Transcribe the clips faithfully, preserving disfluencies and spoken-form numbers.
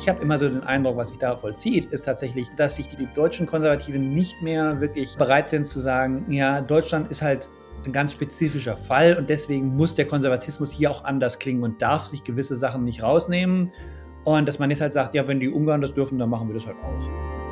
ich habe immer so den Eindruck, was sich da vollzieht, ist tatsächlich, dass sich die deutschen Konservativen nicht mehr wirklich bereit sind zu sagen, ja, Deutschland ist halt ein ganz spezifischer Fall und deswegen muss der Konservatismus hier auch anders klingen und darf sich gewisse Sachen nicht rausnehmen. Und dass man jetzt halt sagt, ja, wenn die Ungarn das dürfen, dann machen wir das halt auch.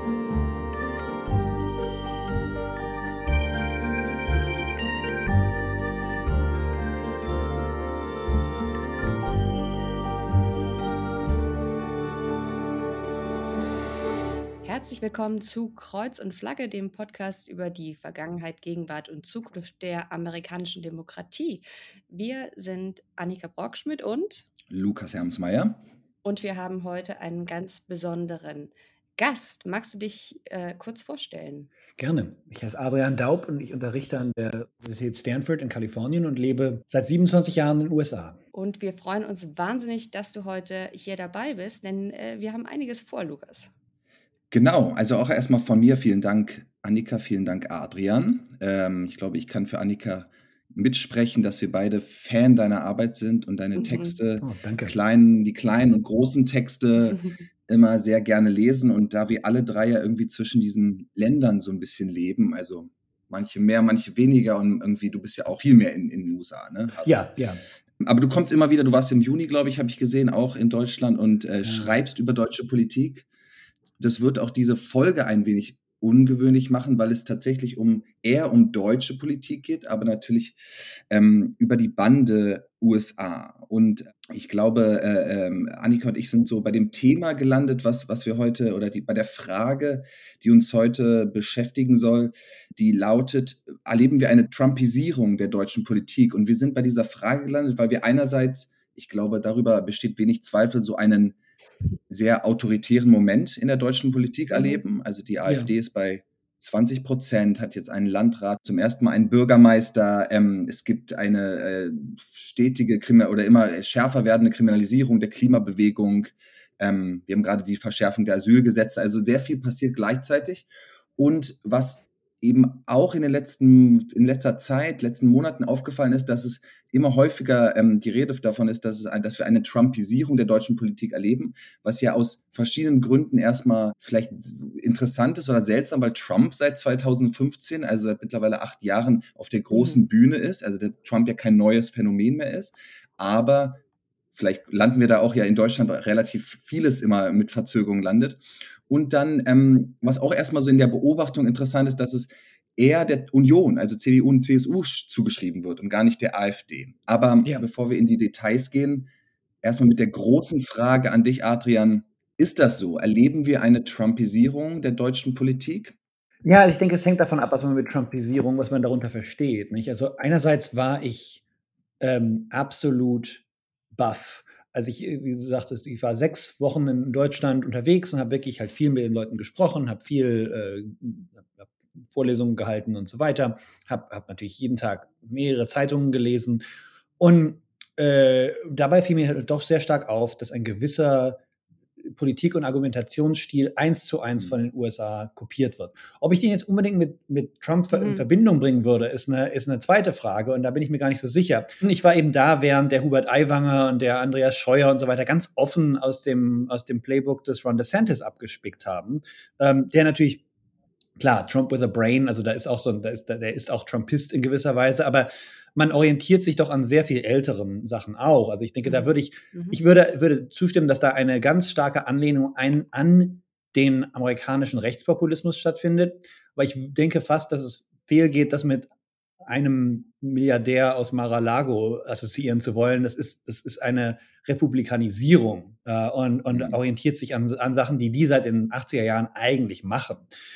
Herzlich willkommen zu Kreuz und Flagge, dem Podcast über die Vergangenheit, Gegenwart und Zukunft der amerikanischen Demokratie. Wir sind Annika Brockschmidt und Lukas Hermsmeyer. Und wir haben heute einen ganz besonderen Gast. Magst du dich äh, kurz vorstellen? Gerne. Ich heiße Adrian Daub und ich unterrichte an der Universität Stanford in Kalifornien und lebe seit siebenundzwanzig Jahren in den U S A. Und wir freuen uns wahnsinnig, dass du heute hier dabei bist, denn äh, wir haben einiges vor, Lukas. Genau, also auch erstmal von mir vielen Dank, Annika, vielen Dank, Adrian. Ähm, ich glaube, ich kann für Annika mitsprechen, dass wir beide Fan deiner Arbeit sind und deine Mhm. Texte, Oh, danke. kleinen, die kleinen und großen Texte immer sehr gerne lesen. Und da wir alle drei ja irgendwie zwischen diesen Ländern so ein bisschen leben, also manche mehr, manche weniger und irgendwie, du bist ja auch viel mehr in, in den U S A, ne? Also, Ja, ja. aber du kommst immer wieder, du warst im Juni, glaube ich, habe ich gesehen, auch in Deutschland und äh, Ja. schreibst über deutsche Politik. Das wird auch diese Folge ein wenig ungewöhnlich machen, weil es tatsächlich um eher um deutsche Politik geht, aber natürlich ähm, über die Bande U S A. Und ich glaube, äh, ähm, Annika und ich sind so bei dem Thema gelandet, was, was wir heute, oder die, bei der Frage, die uns heute beschäftigen soll, die lautet, erleben wir eine Trumpisierung der deutschen Politik? Und wir sind bei dieser Frage gelandet, weil wir einerseits, ich glaube, darüber besteht wenig Zweifel, so einen sehr autoritären Moment in der deutschen Politik Mhm. erleben. Also die AfD Ja. ist bei zwanzig Prozent, hat jetzt einen Landrat, zum ersten Mal einen Bürgermeister. Ähm, es gibt eine äh, stetige Krimi- oder immer schärfer werdende Kriminalisierung der Klimabewegung. Ähm, wir haben gerade die Verschärfung der Asylgesetze. Also sehr viel passiert gleichzeitig. Und was eben auch in den letzten, in letzter Zeit, letzten Monaten aufgefallen ist, dass es immer häufiger ähm, die Rede davon ist, dass, es, dass wir eine Trumpisierung der deutschen Politik erleben, was ja aus verschiedenen Gründen erstmal vielleicht interessant ist oder seltsam, weil Trump seit zweitausendfünfzehn, also seit mittlerweile acht Jahren, auf der großen Mhm. Bühne ist, also der Trump ja kein neues Phänomen mehr ist, aber vielleicht landen wir da auch ja in Deutschland relativ vieles immer mit Verzögerung landet. Und dann, ähm, was auch erstmal so in der Beobachtung interessant ist, dass es eher der Union, also C D U und C S U, zugeschrieben wird und gar nicht der AfD. Aber Ja. bevor wir in die Details gehen, erstmal mit der großen Frage an dich, Adrian. Ist das so? Erleben wir eine Trumpisierung der deutschen Politik? Ja, also ich denke, es hängt davon ab, was man mit Trumpisierung, was man darunter versteht. Nicht? Also einerseits war ich ähm, absolut baff. Also ich, wie du sagtest, ich war sechs Wochen in Deutschland unterwegs und habe wirklich halt viel mit den Leuten gesprochen, habe viel äh, hab Vorlesungen gehalten und so weiter, habe hab natürlich jeden Tag mehrere Zeitungen gelesen und äh, dabei fiel mir halt doch sehr stark auf, dass ein gewisser Politik- und Argumentationsstil eins zu eins von den U S A kopiert wird. Ob ich den jetzt unbedingt mit, mit Trump in Mhm. Verbindung bringen würde, ist eine, ist eine zweite Frage und da bin ich mir gar nicht so sicher. Ich war eben da, während der Hubert Aiwanger und der Andreas Scheuer und so weiter ganz offen aus dem, aus dem Playbook des Ron DeSantis abgespickt haben, ähm, der natürlich, klar, Trump with a brain, also da ist auch so, da ist, der ist auch Trumpist in gewisser Weise, aber man orientiert sich doch an sehr viel älteren Sachen auch. Also ich denke, da würde ich, Mhm. ich würde, würde zustimmen, dass da eine ganz starke Anlehnung ein, an den amerikanischen Rechtspopulismus stattfindet. Aber ich denke fast, dass es fehlgeht, das mit einem Milliardär aus Mar-a-Lago assoziieren zu wollen. Das ist, das ist eine Republikanisierung äh, und, und Mhm. orientiert sich an, an Sachen, die die seit den achtziger Jahren eigentlich machen.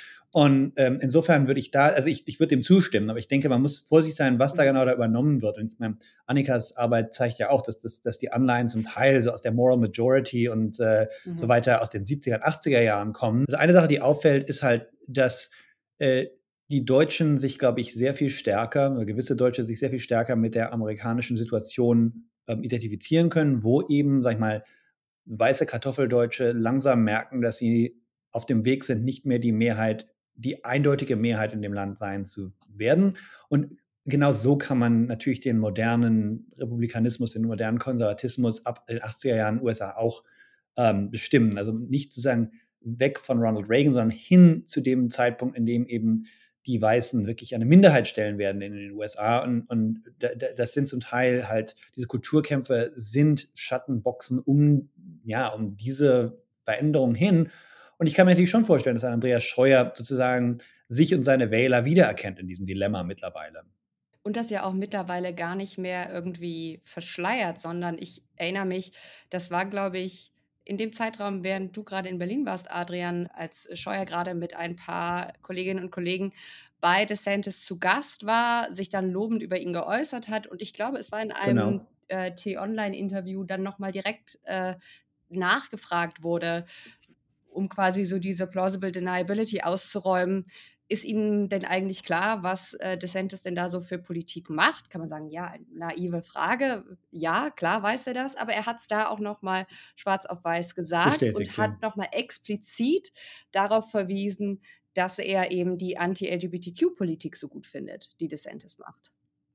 Und ähm, insofern würde ich da, also ich, ich würde dem zustimmen, aber ich denke, man muss vorsichtig sein, was da genau da übernommen wird. Und ich meine, Annikas Arbeit zeigt ja auch, dass, das, dass die Anleihen zum Teil so aus der Moral Majority und äh, Mhm. so weiter aus den siebziger, achtziger Jahren kommen. Also eine Sache, die auffällt, ist halt, dass äh, die Deutschen sich, glaube ich, sehr viel stärker, oder gewisse Deutsche sich sehr viel stärker mit der amerikanischen Situation ähm, identifizieren können, wo eben, sag ich mal, weiße Kartoffeldeutsche langsam merken, dass sie auf dem Weg sind, nicht mehr die Mehrheit, die eindeutige Mehrheit in dem Land sein zu werden. Und genau so kann man natürlich den modernen Republikanismus, den modernen Konservatismus ab den achtziger Jahren U S A auch ähm, bestimmen. Also nicht sozusagen weg von Ronald Reagan, sondern hin zu dem Zeitpunkt, in dem eben die Weißen wirklich eine Minderheit stellen werden in den U S A. Und, und das sind zum Teil halt, diese Kulturkämpfe sind Schattenboxen um, ja, um diese Veränderung hin. Und ich kann mir natürlich schon vorstellen, dass Andreas Scheuer sozusagen sich und seine Wähler wiedererkennt in diesem Dilemma mittlerweile. Und das ja auch mittlerweile gar nicht mehr irgendwie verschleiert, sondern ich erinnere mich, das war, glaube ich, in dem Zeitraum, während du gerade in Berlin warst, Adrian, als Scheuer gerade mit ein paar Kolleginnen und Kollegen bei DeSantis zu Gast war, sich dann lobend über ihn geäußert hat. Und ich glaube, es war in einem Genau. äh, T-Online-Interview dann nochmal direkt äh, nachgefragt wurde, um quasi so diese Plausible Deniability auszuräumen. Ist Ihnen denn eigentlich klar, was äh, DeSantis denn da so für Politik macht? Kann man sagen, ja, eine naive Frage. Ja, klar weiß er das, aber er hat es da auch noch mal schwarz auf weiß gesagt Bestätigt, und hat ja. noch mal explizit darauf verwiesen, dass er eben die Anti-L G B T Q-Politik so gut findet, die DeSantis macht.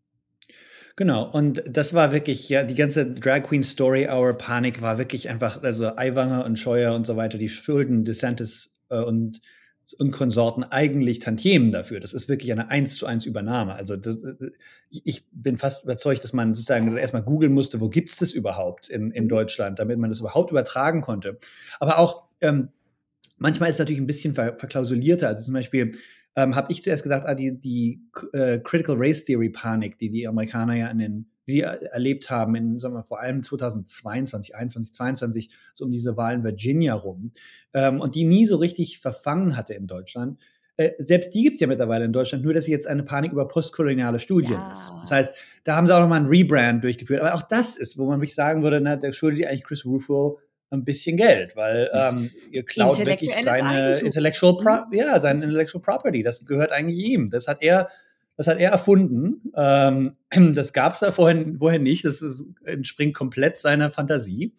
Genau, und das war wirklich, ja, die ganze Drag Queen Story Hour Panik war wirklich einfach, also Aiwanger und Scheuer und so weiter, die schulden DeSantis äh, und, und Konsorten eigentlich Tantiemen dafür. Das ist wirklich eine eins zu eins Übernahme. Also das, äh, ich, ich bin fast überzeugt, dass man sozusagen erstmal googeln musste, wo gibt es das überhaupt in, in Mhm. Deutschland, damit man das überhaupt übertragen konnte. Aber auch ähm, manchmal ist es natürlich ein bisschen ver verklausulierter. Also zum Beispiel ähm, habe ich zuerst gedacht, ah, die, die äh, Critical Race Theory Panik, die die Amerikaner ja in den, die erlebt haben, in, sagen wir, vor allem zweitausendzweiundzwanzig, einundzwanzig, zweiundzwanzig, so um diese Wahlen Virginia rum, ähm, und die nie so richtig verfangen hatte in Deutschland. Äh, selbst die gibt es ja mittlerweile in Deutschland, nur dass sie jetzt eine Panik über postkoloniale Studien Ja. ist. Das heißt, da haben sie auch nochmal einen Rebrand durchgeführt. Aber auch das ist, wo man wirklich sagen würde, na, der schuldet eigentlich Chris Rufo ein bisschen Geld, weil ähm, ihr klaut wirklich seine Eigentum. Intellectual, Pro Mhm. ja, seine Intellectual Property. Das gehört eigentlich ihm. Das hat er, das hat er erfunden. Ähm, das gab es da vorhin, vorher nicht. Das ist, entspringt komplett seiner Fantasie.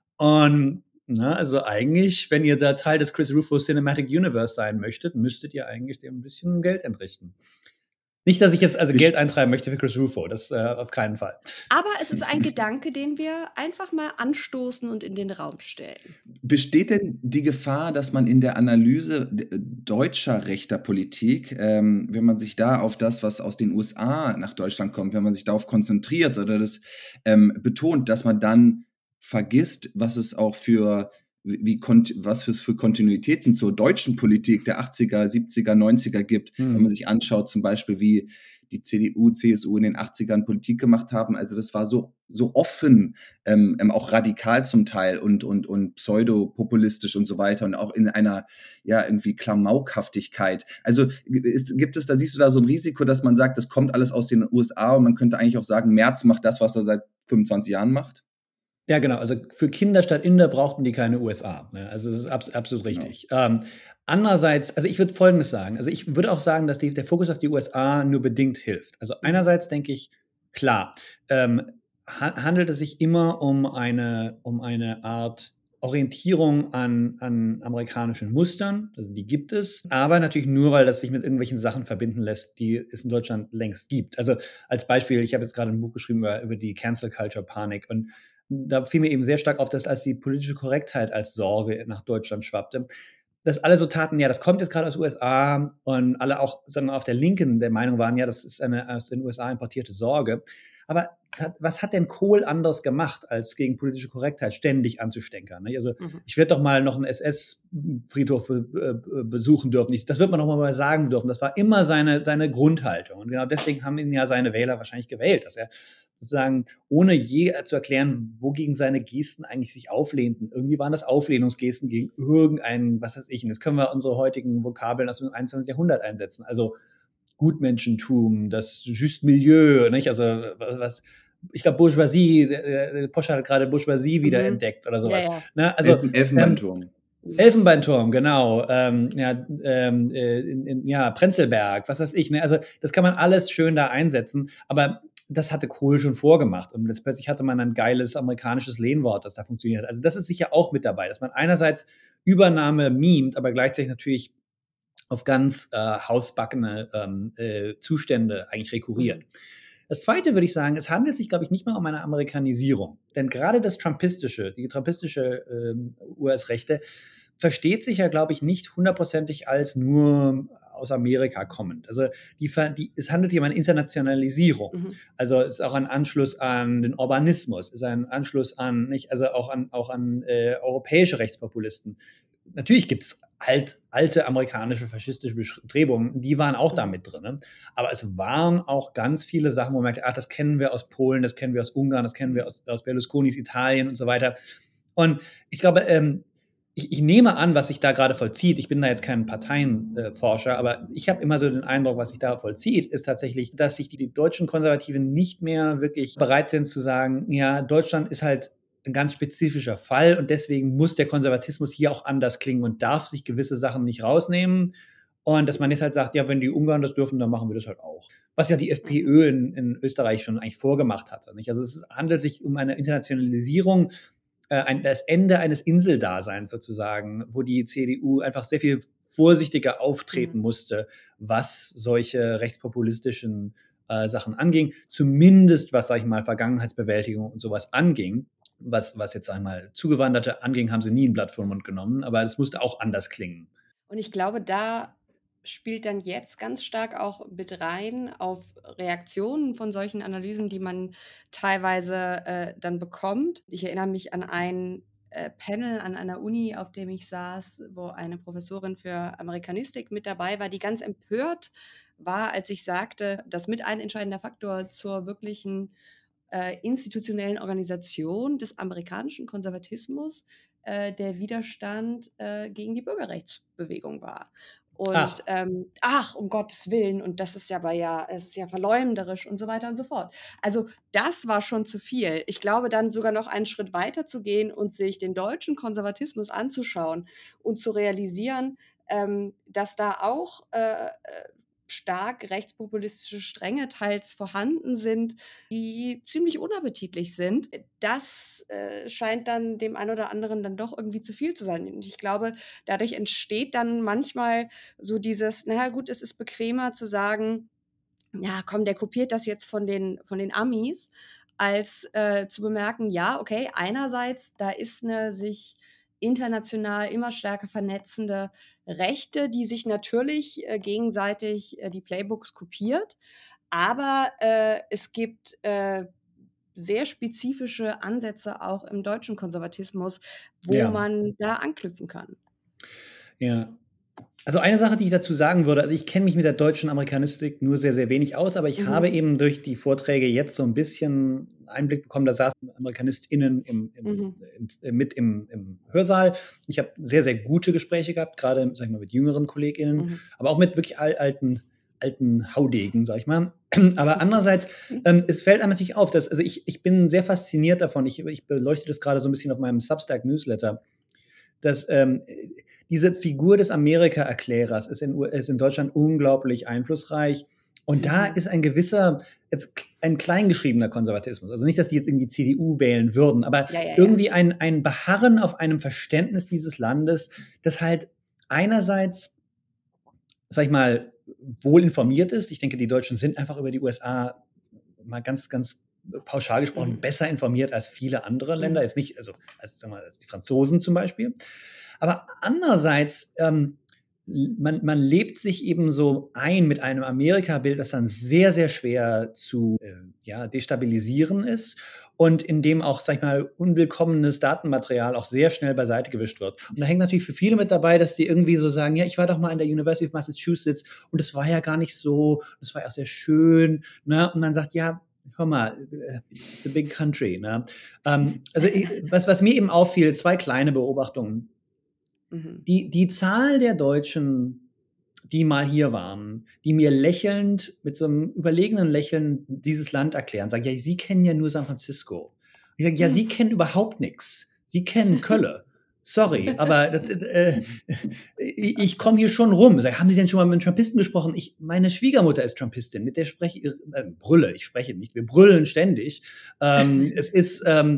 Und na, also eigentlich, wenn ihr da Teil des Chris Rufo Cinematic Universe sein möchtet, müsstet ihr eigentlich dem ein bisschen Geld entrichten. Nicht, dass ich jetzt also Geld eintreiben möchte für Chris Rufo, das äh, auf keinen Fall. Aber es ist ein Gedanke, den wir einfach mal anstoßen und in den Raum stellen. Besteht denn die Gefahr, dass man in der Analyse deutscher rechter Politik, ähm, wenn man sich da auf das, was aus den U S A nach Deutschland kommt, wenn man sich darauf konzentriert oder das ähm, betont, dass man dann vergisst, was es auch für wie was es für Kontinuitäten zur deutschen Politik der achtziger, siebziger, neunziger gibt, Hm. wenn man sich anschaut, zum Beispiel wie die C D U, C S U in den achtzigern Politik gemacht haben. Also das war so, so offen, ähm, auch radikal zum Teil und, und, und pseudopopulistisch und so weiter und auch in einer, ja, irgendwie Klamaukhaftigkeit. Also ist, gibt es, da siehst du da so ein Risiko, dass man sagt, das kommt alles aus den U S A und man könnte eigentlich auch sagen, Merz macht das, was er seit fünfundzwanzig Jahren macht? Ja, genau. Also für Kinder statt Inder brauchten die keine U S A. Ne? Also das ist abs absolut richtig. Genau. Ähm, andererseits, also ich würde Folgendes sagen. Also ich würde auch sagen, dass die, der Fokus auf die U S A nur bedingt hilft. Also einerseits denke ich, klar, ähm, ha handelt es sich immer um eine, um eine Art Orientierung an, an amerikanischen Mustern, also die gibt es, aber natürlich nur, weil das sich mit irgendwelchen Sachen verbinden lässt, die es in Deutschland längst gibt. Also als Beispiel, ich habe jetzt gerade ein Buch geschrieben über, über die Cancel Culture Panik und da fiel mir eben sehr stark auf, dass als die politische Korrektheit als Sorge nach Deutschland schwappte, dass alle so taten, ja, das kommt jetzt gerade aus den U S A und alle auch sagen wir, auf der Linken der Meinung waren, ja, das ist eine aus den U S A importierte Sorge. Aber was hat denn Kohl anders gemacht, als gegen politische Korrektheit ständig anzustänkern? Ne? Also mhm. ich werde doch mal noch einen S S-Friedhof be äh, besuchen dürfen. Ich, das wird man doch mal sagen dürfen. Das war immer seine, seine Grundhaltung. Und genau deswegen haben ihn ja seine Wähler wahrscheinlich gewählt, dass er sozusagen, ohne je zu erklären, wogegen seine Gesten eigentlich sich auflehnten. Irgendwie waren das Auflehnungsgesten gegen irgendeinen, was weiß ich, und jetzt können wir unsere heutigen Vokabeln aus dem einundzwanzigsten Jahrhundert einsetzen. Also Gutmenschentum, das Just Milieu, nicht? Also was, ich glaube Bourgeoisie, äh, Posch hat gerade Bourgeoisie wieder mhm. entdeckt oder sowas. Ja, ja. Ne? Also, Elfen, Elfenbeinturm. Ähm, Elfenbeinturm, genau. Ähm, ja, ähm, in, in, ja, Prenzlberg, was weiß ich. Ne? Also das kann man alles schön da einsetzen, aber das hatte Kohl schon vorgemacht und jetzt plötzlich hatte man ein geiles amerikanisches Lehnwort, das da funktioniert. Also das ist sicher auch mit dabei, dass man einerseits Übernahme mimt, aber gleichzeitig natürlich auf ganz äh, hausbackene ähm, äh, Zustände eigentlich rekurriert. Das Zweite würde ich sagen, es handelt sich, glaube ich, nicht mal um eine Amerikanisierung. Denn gerade das Trumpistische, die trumpistische ähm, U S-Rechte, versteht sich ja, glaube ich, nicht hundertprozentig als nur aus Amerika kommend. Also die, die, es handelt hier um eine Internationalisierung. Mhm. Also es ist auch ein Anschluss an den Urbanismus, es ist ein Anschluss an, nicht, also auch an, auch an äh, europäische Rechtspopulisten. Natürlich gibt es alt, alte amerikanische faschistische Bestrebungen, die waren auch da mit drin. Ne? Aber es waren auch ganz viele Sachen, wo man merkt, ach, das kennen wir aus Polen, das kennen wir aus Ungarn, das kennen wir aus, aus Berlusconis Italien und so weiter. Und ich glaube, ähm, Ich, ich nehme an, was sich da gerade vollzieht. Ich bin da jetzt kein Parteienforscher, äh, aber ich habe immer so den Eindruck, was sich da vollzieht, ist tatsächlich, dass sich die, die deutschen Konservativen nicht mehr wirklich bereit sind zu sagen, ja, Deutschland ist halt ein ganz spezifischer Fall und deswegen muss der Konservatismus hier auch anders klingen und darf sich gewisse Sachen nicht rausnehmen. Und dass man jetzt halt sagt, ja, wenn die Ungarn das dürfen, dann machen wir das halt auch. Was ja die FPÖ in, in Österreich schon eigentlich vorgemacht hatte. Nicht? Also es handelt sich um eine Internationalisierung, Ein, das Ende eines Inseldaseins sozusagen, wo die C D U einfach sehr viel vorsichtiger auftreten mhm. musste, was solche rechtspopulistischen äh, Sachen anging. Zumindest was, sag ich mal, Vergangenheitsbewältigung und sowas anging. Was, was jetzt, sag ich mal, Zugewanderte anging, haben sie nie ein Blatt vor den Mund genommen. Aber es musste auch anders klingen. Und ich glaube, da spielt dann jetzt ganz stark auch mit rein auf Reaktionen von solchen Analysen, die man teilweise äh, dann bekommt. Ich erinnere mich an ein äh, Panel an einer Uni, auf dem ich saß, wo eine Professorin für Amerikanistik mit dabei war, die ganz empört war, als ich sagte, dass mit ein entscheidender Faktor zur wirklichen äh, institutionellen Organisation des amerikanischen Konservatismus äh, der Widerstand äh, gegen die Bürgerrechtsbewegung war. Und ach. Ähm, ach, um Gottes Willen, und das ist ja aber ja, es ist ja verleumderisch und so weiter und so fort. Also das war schon zu viel. Ich glaube, dann sogar noch einen Schritt weiter zu gehen und sich den deutschen Konservatismus anzuschauen und zu realisieren, ähm, dass da auch äh, stark rechtspopulistische Stränge teils vorhanden sind, die ziemlich unappetitlich sind. Das äh, scheint dann dem einen oder anderen dann doch irgendwie zu viel zu sein. Und ich glaube, dadurch entsteht dann manchmal so dieses, naja gut, es ist bequemer zu sagen, ja komm, der kopiert das jetzt von den, von den Amis, als äh, zu bemerken, ja, okay, einerseits, da ist eine sich international immer stärker vernetzende Rechte, die sich natürlich äh, gegenseitig äh, die Playbooks kopiert, aber äh, es gibt äh, sehr spezifische Ansätze auch im deutschen Konservatismus, wo ja. man da anknüpfen kann. Ja. Also eine Sache, die ich dazu sagen würde, also ich kenne mich mit der deutschen Amerikanistik nur sehr, sehr wenig aus, aber ich mhm. habe eben durch die Vorträge jetzt so ein bisschen Einblick bekommen, da saßen AmerikanistInnen im, im, mhm. im, mit im, im Hörsaal. Ich habe sehr, sehr gute Gespräche gehabt, gerade sag ich mal, mit jüngeren KollegInnen, mhm. aber auch mit wirklich all, alten, alten Haudegen, sag ich mal. Aber andererseits, ähm, es fällt einem natürlich auf, dass, also ich, ich bin sehr fasziniert davon, ich, ich beleuchte das gerade so ein bisschen auf meinem Substack-Newsletter, dass ähm, diese Figur des Amerika-Erklärers ist in, ist in Deutschland unglaublich einflussreich. Und mhm. da ist ein gewisser, jetzt ein kleingeschriebener Konservatismus. Also nicht, dass die jetzt irgendwie C D U wählen würden, aber ja, ja, irgendwie ja. Ein, ein Beharren auf einem Verständnis dieses Landes, das halt einerseits, sag ich mal, wohl informiert ist. Ich denke, die Deutschen sind einfach über die U S A mal ganz, ganz pauschal gesprochen mhm. besser informiert als viele andere Länder. Mhm. Jetzt nicht, also als, sagen wir mal, als die Franzosen zum Beispiel. Aber andererseits, ähm, man, man lebt sich eben so ein mit einem Amerika-Bild, das dann sehr, sehr schwer zu äh, ja, destabilisieren ist und in dem auch, sag ich mal, unwillkommenes Datenmaterial auch sehr schnell beiseite gewischt wird. Und da hängt natürlich für viele mit dabei, dass die irgendwie so sagen, ja, ich war doch mal an der University of Massachusetts und es war ja gar nicht so, es war ja sehr schön. Ne? Und man sagt, ja, hör mal, it's a big country. Ne? Ähm, also ich, was, was mir eben auffiel, zwei kleine Beobachtungen. Die, die Zahl der Deutschen, die mal hier waren, die mir lächelnd, mit so einem überlegenen Lächeln dieses Land erklären, sagen, ja, Sie kennen ja nur San Francisco. Ich sage, ja, Sie kennen überhaupt nichts. Sie kennen Kölle. Sorry, aber äh, ich, ich komme hier schon rum. Ich sage, haben Sie denn schon mal mit einem Trumpisten gesprochen? Ich, meine Schwiegermutter ist Trumpistin, mit der spreche ich, äh, brülle, ich spreche nicht, wir brüllen ständig. Ähm, es ist... Ähm,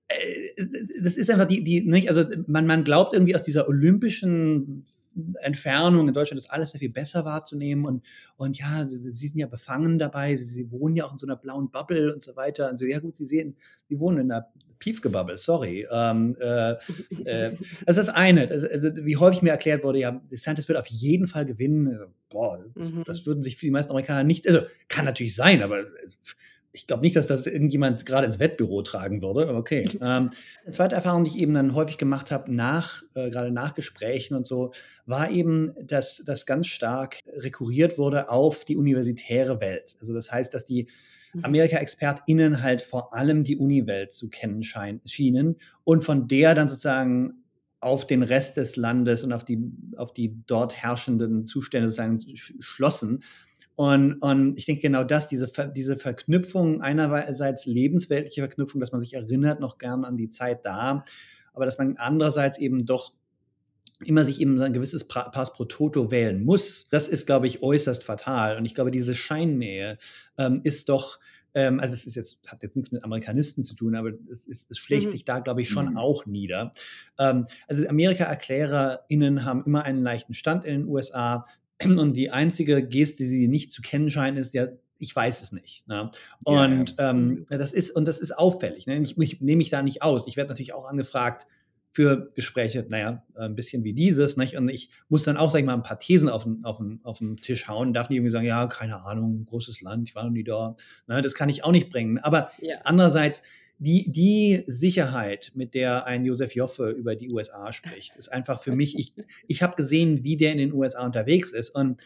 das ist einfach die, die, nicht, also man, man glaubt irgendwie aus dieser olympischen Entfernung in Deutschland ist alles sehr viel besser wahrzunehmen und, und ja, sie, sie sind ja befangen dabei, sie, sie wohnen ja auch in so einer blauen Bubble und so weiter und so, ja gut, sie sehen, sie wohnen in einer Piefke-Bubble, sorry. Ähm, äh, äh, das ist das eine, also, also wie häufig mir erklärt wurde, ja, DeSantis wird auf jeden Fall gewinnen, also, boah, das, Mhm. das würden sich für die meisten Amerikaner nicht, also kann natürlich sein, aber ich glaube nicht, dass das irgendjemand gerade ins Wettbüro tragen würde, aber okay. Ähm, eine zweite Erfahrung, die ich eben dann häufig gemacht habe, nach, äh, gerade nach Gesprächen und so, war eben, dass das ganz stark rekurriert wurde auf die universitäre Welt. Also das heißt, dass die Amerika-ExpertInnen halt vor allem die Uni-Welt zu kennen schein, schienen und von der dann sozusagen auf den Rest des Landes und auf die, auf die dort herrschenden Zustände sozusagen schlossen. Und, und ich denke genau das, diese, diese Verknüpfung, einerseits lebensweltliche Verknüpfung, dass man sich erinnert noch gern an die Zeit da, aber dass man andererseits eben doch immer sich eben ein gewisses Pass pro Toto wählen muss, das ist, glaube ich, äußerst fatal. Und ich glaube, diese Scheinnähe ähm, ist doch, ähm, also es ist jetzt, hat jetzt nichts mit Amerikanisten zu tun, aber es, ist, es schlägt mhm. sich da, glaube ich, schon mhm. auch nieder. Ähm, also Amerika-ErklärerInnen haben immer einen leichten Stand in den U S A. Und die einzige Geste, die sie nicht zu kennen scheinen, ist ja, ich weiß es nicht. Ne? Und ja, ja. Ähm, das ist und das ist auffällig. Ne? Ich, ich nehme mich da nicht aus. Ich werde natürlich auch angefragt für Gespräche, naja, ein bisschen wie dieses. Nicht? Und ich muss dann auch, sag ich mal, ein paar Thesen auf den, auf den, auf den Tisch hauen. Darf nicht irgendwie sagen, ja, keine Ahnung, großes Land, ich war noch nie da. Ne? Das kann ich auch nicht bringen. Aber ja. andererseits, Die, die Sicherheit, mit der ein Josef Joffe über die U S A spricht, ist einfach für mich, ich, ich habe gesehen, wie der in den U S A unterwegs ist und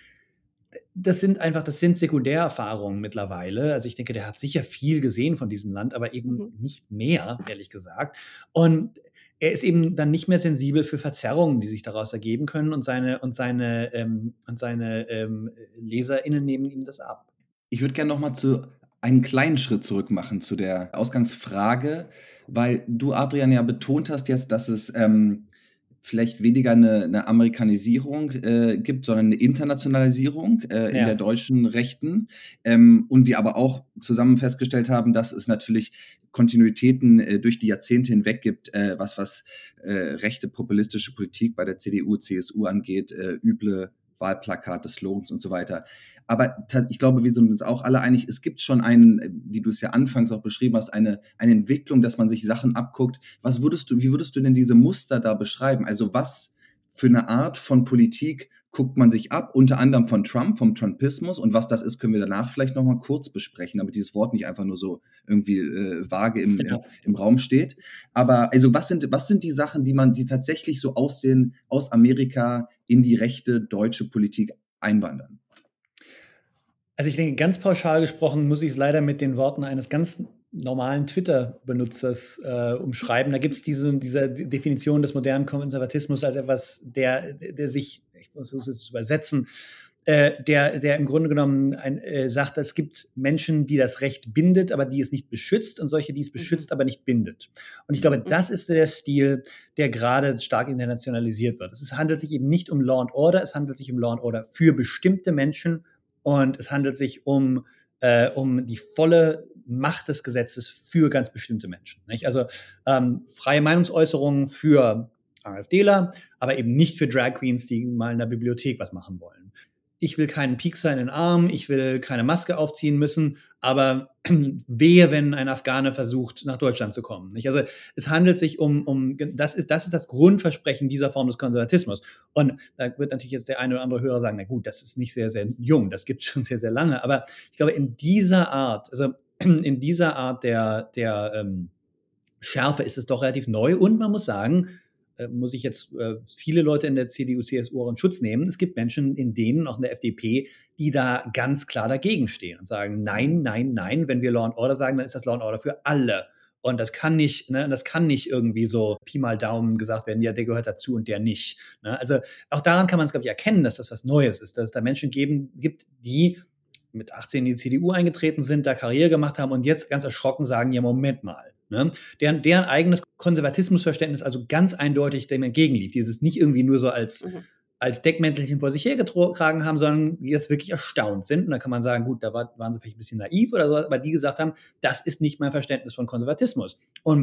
das sind einfach, das sind Sekundärerfahrungen mittlerweile. Also ich denke, der hat sicher viel gesehen von diesem Land, aber eben mhm. nicht mehr, ehrlich gesagt. Und er ist eben dann nicht mehr sensibel für Verzerrungen, die sich daraus ergeben können und seine, und seine, ähm, und seine ähm, LeserInnen nehmen ihm das ab. Ich würde gerne noch mal zu einen kleinen Schritt zurück machen zu der Ausgangsfrage, weil du, Adrian, ja betont hast jetzt, dass es ähm, vielleicht weniger eine, eine Amerikanisierung äh, gibt, sondern eine Internationalisierung äh, in ja. der deutschen Rechten. Ähm, und wir aber auch zusammen festgestellt haben, dass es natürlich Kontinuitäten äh, durch die Jahrzehnte hinweg gibt, äh, was, was äh, rechte populistische Politik bei der C D U, C S U angeht, äh, üble Wahlplakate, Slogans und so weiter. Aber ich glaube, wir sind uns auch alle einig, es gibt schon einen, wie du es ja anfangs auch beschrieben hast, eine, eine Entwicklung, dass man sich Sachen abguckt. Was würdest du, wie würdest du denn diese Muster da beschreiben? Also was für eine Art von Politik guckt man sich ab, unter anderem von Trump, vom Trumpismus, und was das ist, können wir danach vielleicht nochmal kurz besprechen, damit dieses Wort nicht einfach nur so irgendwie äh, vage im, genau. im, im Raum steht. Aber also was sind, was sind die Sachen, die man, die tatsächlich so aus den, aus Amerika in die rechte deutsche Politik einwandern? Also ich denke, ganz pauschal gesprochen muss ich es leider mit den Worten eines ganz normalen Twitter-Benutzers äh, umschreiben. Da gibt es diese, diese Definition des modernen Konservatismus als etwas, der, der sich, ich muss es jetzt übersetzen, äh, der, der im Grunde genommen ein, äh, sagt, es gibt Menschen, die das Recht bindet, aber die es nicht beschützt und solche, die es beschützt, mhm. aber nicht bindet. Und ich glaube, das ist der Stil, der gerade stark internationalisiert wird. Es handelt sich eben nicht um Law and Order, es handelt sich um Law and Order für bestimmte Menschen und es handelt sich um, äh, um die volle Macht des Gesetzes für ganz bestimmte Menschen. Nicht? Also ähm, freie Meinungsäußerungen für AfDler, aber eben nicht für Drag Queens, die mal in der Bibliothek was machen wollen. Ich will keinen Piekser in den Arm, ich will keine Maske aufziehen müssen, aber wehe, wenn ein Afghane versucht, nach Deutschland zu kommen. Nicht? Also es handelt sich um, um das, ist, das ist das Grundversprechen dieser Form des Konservatismus. Und da wird natürlich jetzt der eine oder andere Hörer sagen, na gut, das ist nicht sehr, sehr jung, das gibt es schon sehr, sehr lange. Aber ich glaube, in dieser Art, also in dieser Art der, der ähm, Schärfe ist es doch relativ neu. Und man muss sagen, muss ich jetzt äh, viele Leute in der C D U, C S U auch in Schutz nehmen. Es gibt Menschen in denen, auch in der F D P, die da ganz klar dagegen stehen und sagen, nein, nein, nein, wenn wir Law and Order sagen, dann ist das Law and Order für alle. Und das kann nicht, ne, das kann nicht irgendwie so Pi mal Daumen gesagt werden, ja, der gehört dazu und der nicht. Ne? Also auch daran kann man es, glaube ich, erkennen, dass das was Neues ist, dass es da Menschen geben, gibt, die mit achtzehn in die C D U eingetreten sind, da Karriere gemacht haben und jetzt ganz erschrocken sagen, ja, Moment mal. Ne? Deren, deren eigenes Konservatismusverständnis also ganz eindeutig dem entgegenlief. Dieses nicht irgendwie nur so als, mhm. als Deckmäntelchen vor sich hergetragen haben, sondern die jetzt wirklich erstaunt sind. Und da kann man sagen, gut, da war, waren sie vielleicht ein bisschen naiv oder sowas, aber die gesagt haben, das ist nicht mein Verständnis von Konservatismus. Und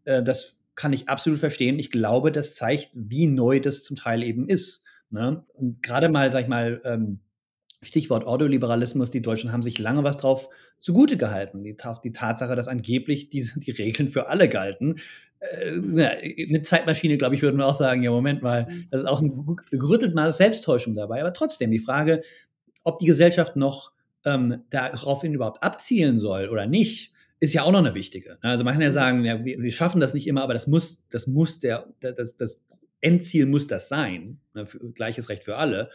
äh, das kann ich absolut verstehen. Ich glaube, das zeigt, wie neu das zum Teil eben ist. Ne? Und gerade mal, sag ich mal, ähm, Stichwort Ordoliberalismus, die Deutschen haben sich lange was drauf zugute gehalten. Die, die Tatsache, dass angeblich die, die Regeln für alle galten. Äh, na, mit Zeitmaschine, glaube ich, würden wir auch sagen, ja, Moment mal, das ist auch ein gerüttelt mal Selbsttäuschung dabei. Aber trotzdem, die Frage, ob die Gesellschaft noch ähm, daraufhin überhaupt abzielen soll oder nicht, ist ja auch noch eine wichtige. Also man kann ja sagen, ja, wir, wir schaffen das nicht immer, aber das muss, das muss der, das, das Endziel muss das sein. Ne, für, gleiches Recht für alle.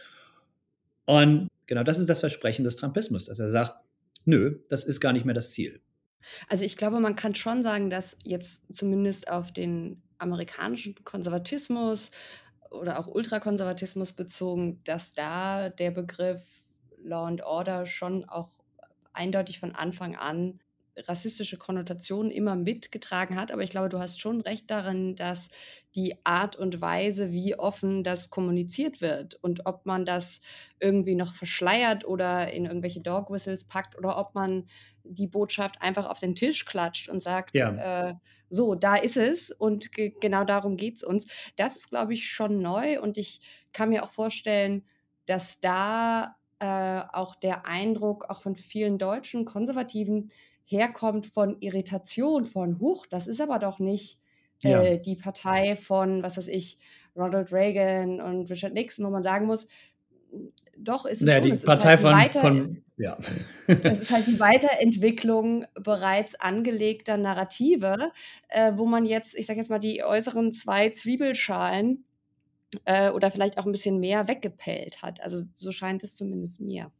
Und genau das ist das Versprechen des Trumpismus, dass er sagt, nö, das ist gar nicht mehr das Ziel. Also ich glaube, man kann schon sagen, dass jetzt zumindest auf den amerikanischen Konservatismus oder auch Ultrakonservatismus bezogen, dass da der Begriff Law and Order schon auch eindeutig von Anfang an rassistische Konnotationen immer mitgetragen hat. Aber ich glaube, du hast schon recht darin, dass die Art und Weise, wie offen das kommuniziert wird und ob man das irgendwie noch verschleiert oder in irgendwelche Dog Whistles packt oder ob man die Botschaft einfach auf den Tisch klatscht und sagt, Ja. äh, so, da ist es und ge- genau darum geht es uns. Das ist, glaube ich, schon neu und ich kann mir auch vorstellen, dass da äh, auch der Eindruck auch von vielen deutschen Konservativen herkommt von Irritation, von Huch, das ist aber doch nicht äh, Ja. die Partei von, was weiß ich, Ronald Reagan und Richard Nixon, wo man sagen muss, doch, ist es Naja, schon. die Es ist Partei halt die von, Weiter von ja. es ist halt die Weiterentwicklung bereits angelegter Narrative, äh, wo man jetzt, ich sage jetzt mal, die äußeren zwei Zwiebelschalen äh, oder vielleicht auch ein bisschen mehr weggepellt hat. Also so scheint es zumindest mir.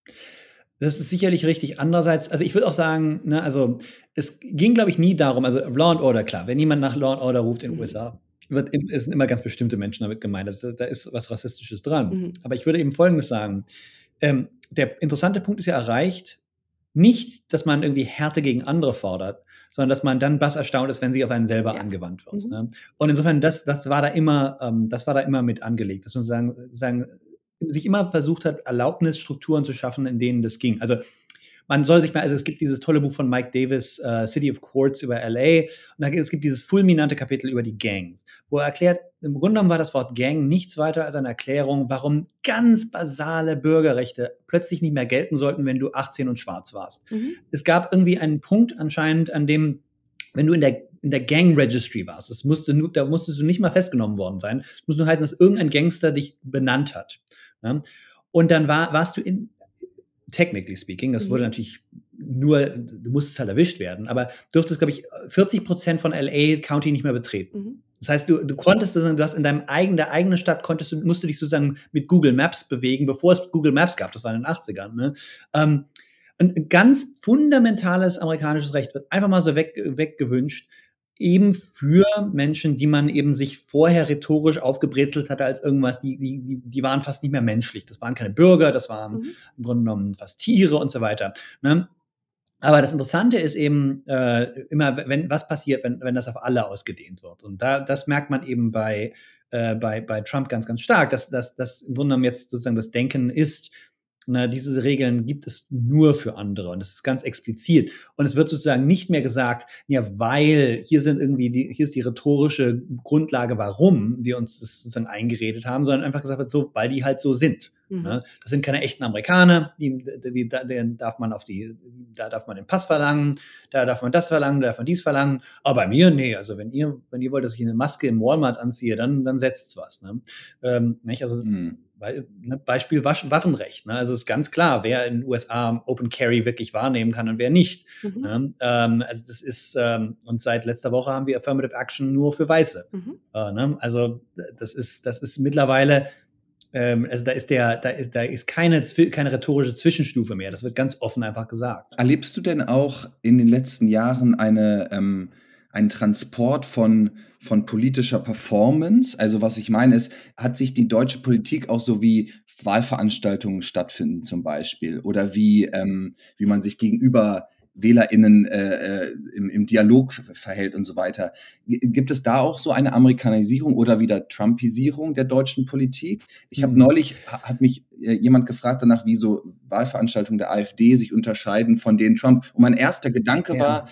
Das ist sicherlich richtig. Andererseits, also ich würde auch sagen, ne, also es ging, glaube ich, nie darum, also Law and Order, klar, wenn jemand nach Law and Order ruft in den Mhm. U S A, wird, im- es sind immer ganz bestimmte Menschen damit gemeint. Also, da ist was Rassistisches dran. Mhm. Aber ich würde eben Folgendes sagen. Ähm, der interessante Punkt ist ja erreicht, nicht, dass man irgendwie Härte gegen andere fordert, sondern dass man dann bass erstaunt ist, wenn sie auf einen selber Ja. angewandt wird. Mhm. Ne? Und insofern, das, das war da immer, ähm, das war da immer mit angelegt, dass man sagen, sagen, sich immer versucht hat, Erlaubnisstrukturen zu schaffen, in denen das ging. Also man soll sich mal, also es gibt dieses tolle Buch von Mike Davis, uh, City of Courts über L A, und da gibt, es gibt dieses fulminante Kapitel über die Gangs, wo er erklärt, im Grunde genommen war das Wort Gang nichts weiter als eine Erklärung, warum ganz basale Bürgerrechte plötzlich nicht mehr gelten sollten, wenn du achtzehn und schwarz warst. Mhm. Es gab irgendwie einen Punkt anscheinend, an dem, wenn du in der in der Gang Registry warst, das musste nur, da musstest du nicht mal festgenommen worden sein. Es muss nur heißen, dass irgendein Gangster dich benannt hat. Ja? Und dann war, warst du in, technically speaking, das Mhm. wurde natürlich nur, du musstest halt erwischt werden, aber durftest, glaube ich, vierzig Prozent von L A County nicht mehr betreten. Mhm. Das heißt, du, du konntest sozusagen, du hast in deinem eigenen, der eigenen Stadt konntest du, musst du dich sozusagen mit Google Maps bewegen, bevor es Google Maps gab, das war in den achtzigern. Ne? Ähm, ein ganz fundamentales amerikanisches Recht wird einfach mal so weg, weggewünscht, eben für Menschen, die man eben sich vorher rhetorisch aufgebrezelt hatte als irgendwas, die, die, die waren fast nicht mehr menschlich. Das waren keine Bürger, das waren Mhm. im Grunde genommen fast Tiere und so weiter. Ne? Aber das Interessante ist eben äh, immer, wenn was passiert, wenn, wenn das auf alle ausgedehnt wird. Und da, das merkt man eben bei, äh, bei, bei Trump ganz, ganz stark, dass, dass, dass im Grunde genommen jetzt sozusagen das Denken ist, na, diese Regeln gibt es nur für andere und das ist ganz explizit. Und es wird sozusagen nicht mehr gesagt, ja, weil hier sind irgendwie die, hier ist die rhetorische Grundlage, warum wir uns das sozusagen eingeredet haben, sondern einfach gesagt wird, so, weil die halt so sind. Mhm. Ne? Das sind keine echten Amerikaner, die, die, die, denen darf man auf die, da darf man den Pass verlangen, da darf man das verlangen, da darf man dies verlangen. Aber bei mir, nee, also wenn ihr, wenn ihr wollt, dass ich eine Maske im Walmart anziehe, dann, dann setzt was. Ne? Ähm, nicht? Also Hm. Be- ne, Beispiel Wasch- Waffenrecht. Ne? Also es ist ganz klar, wer in den U S A Open Carry wirklich wahrnehmen kann und wer nicht. Mhm. Ne? Ähm, also das ist, ähm, und seit letzter Woche haben wir Affirmative Action nur für Weiße. Mhm. Äh, ne? Also das ist, das ist mittlerweile, ähm, also da ist der, da ist, da ist keine, Zwi- keine rhetorische Zwischenstufe mehr. Das wird ganz offen einfach gesagt. Erlebst du denn auch in den letzten Jahren eine, ähm, einen Transport von, von politischer Performance? Also was ich meine ist, hat sich die deutsche Politik auch so wie Wahlveranstaltungen stattfinden zum Beispiel oder wie, ähm, wie man sich gegenüber WählerInnen äh, äh, im, im Dialog ver- verhält und so weiter. G- Gibt es da auch so eine Amerikanisierung oder wieder Trumpisierung der deutschen Politik? Ich habe Hm. neulich, ha- hat mich äh, jemand gefragt danach, wie so Wahlveranstaltungen der AfD sich unterscheiden von denen Trump. Und mein erster Gedanke Ja. war,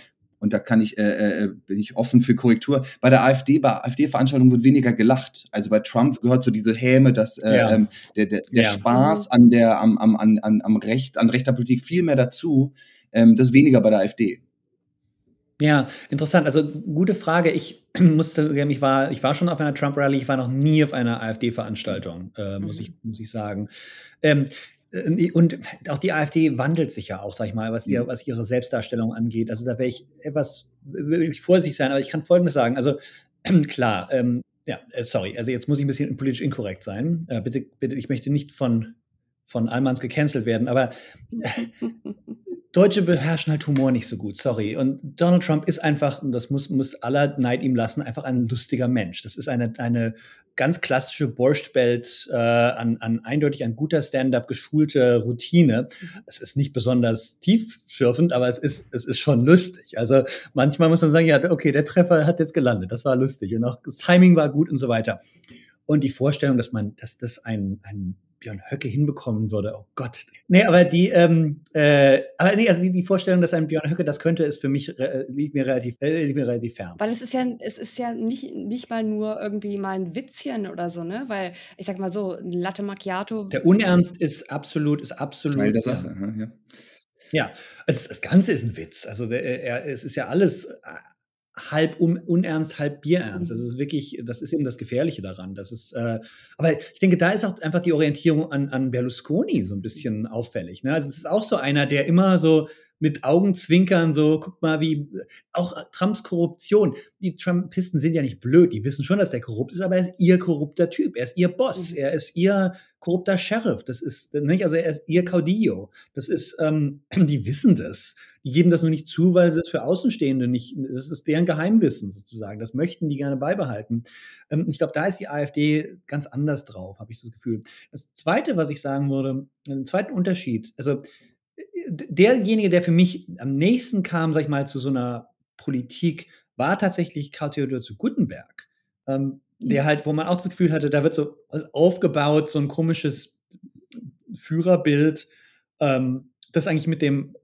und da kann ich, äh, äh, bin ich offen für Korrektur. Bei der AfD, bei AfD-Veranstaltungen wird weniger gelacht. Also bei Trump gehört so diese Häme, dass äh, Ja. ähm, der, der, der Ja. Spaß an der, am, am, an, an, am Recht, an rechter Politik viel mehr dazu. Ähm, das ist weniger bei der AfD. Ja, interessant. Also gute Frage. Ich musste, zugeben, ich war, ich war schon auf einer Trump-Rally, ich war noch nie auf einer AfD-Veranstaltung, äh, muss Mhm. ich, muss ich sagen. Ähm, äh, und auch die AfD wandelt sich ja auch, sag ich mal, was, ihr, was ihre Selbstdarstellung angeht. Also da wäre ich etwas, will ich vorsichtig sein, aber ich kann Folgendes sagen. Also klar, ähm, ja, äh, sorry, also jetzt muss ich ein bisschen politisch inkorrekt sein. Äh, bitte, bitte, ich möchte nicht von, von Allmanns gecancelt werden, aber Deutsche beherrschen halt Humor nicht so gut, sorry. Und Donald Trump ist einfach, und das muss, muss aller Neid ihm lassen, einfach ein lustiger Mensch. Das ist eine, eine ganz klassische Borscht-Belt äh, an, an eindeutig ein guter Stand-up geschulte Routine. Es ist nicht besonders tiefschürfend, aber es ist, es ist schon lustig. Also manchmal muss man sagen, ja, okay, der Treffer hat jetzt gelandet, das war lustig. Und auch das Timing war gut und so weiter. Und die Vorstellung, dass man, dass das ein, ein Björn Höcke hinbekommen würde, oh Gott. Nee, aber die, ähm, äh, aber nee, also die, die Vorstellung, dass ein Björn Höcke das könnte, ist für mich, äh, liegt mir relativ, äh, liegt mir relativ fern. Weil es ist ja, es ist ja nicht, nicht mal nur irgendwie mal ein Witzchen oder so, ne? Weil, ich sag mal so, ein Latte Macchiato. Der Unernst ist absolut, ist absolut. Teil der ja. Sache, ja. ja. Ja, es, das Ganze ist ein Witz. Also der, er, es ist ja alles äh, halb un, unernst, halb bierernst. Das ist wirklich, das ist eben das Gefährliche daran. Das ist, äh, aber ich denke, da ist auch einfach die Orientierung an, an Berlusconi so ein bisschen auffällig. Ne? Also es ist auch so einer, der immer so mit Augenzwinkern so, guck mal, wie, auch Trumps Korruption. Die Trumpisten sind ja nicht blöd, die wissen schon, dass der korrupt ist, aber er ist ihr korrupter Typ, er ist ihr Boss, mhm. er ist ihr korrupter Sheriff, das ist, nicht, also er ist ihr Caudillo. Das ist, ähm, die wissen das. Die geben das nur nicht zu, weil sie es für Außenstehende nicht, das ist deren Geheimwissen sozusagen. Das möchten die gerne beibehalten. Ähm, ich glaube, da ist die AfD ganz anders drauf, habe ich so das Gefühl. Das Zweite, was ich sagen würde, einen zweiten Unterschied, also derjenige, der für mich am nächsten kam, sag ich mal, zu so einer Politik, war tatsächlich Karl Theodor zu Guttenberg. Ähm, der halt, wo man auch das Gefühl hatte, da wird so aufgebaut, so ein komisches Führerbild, ähm, das eigentlich mit dem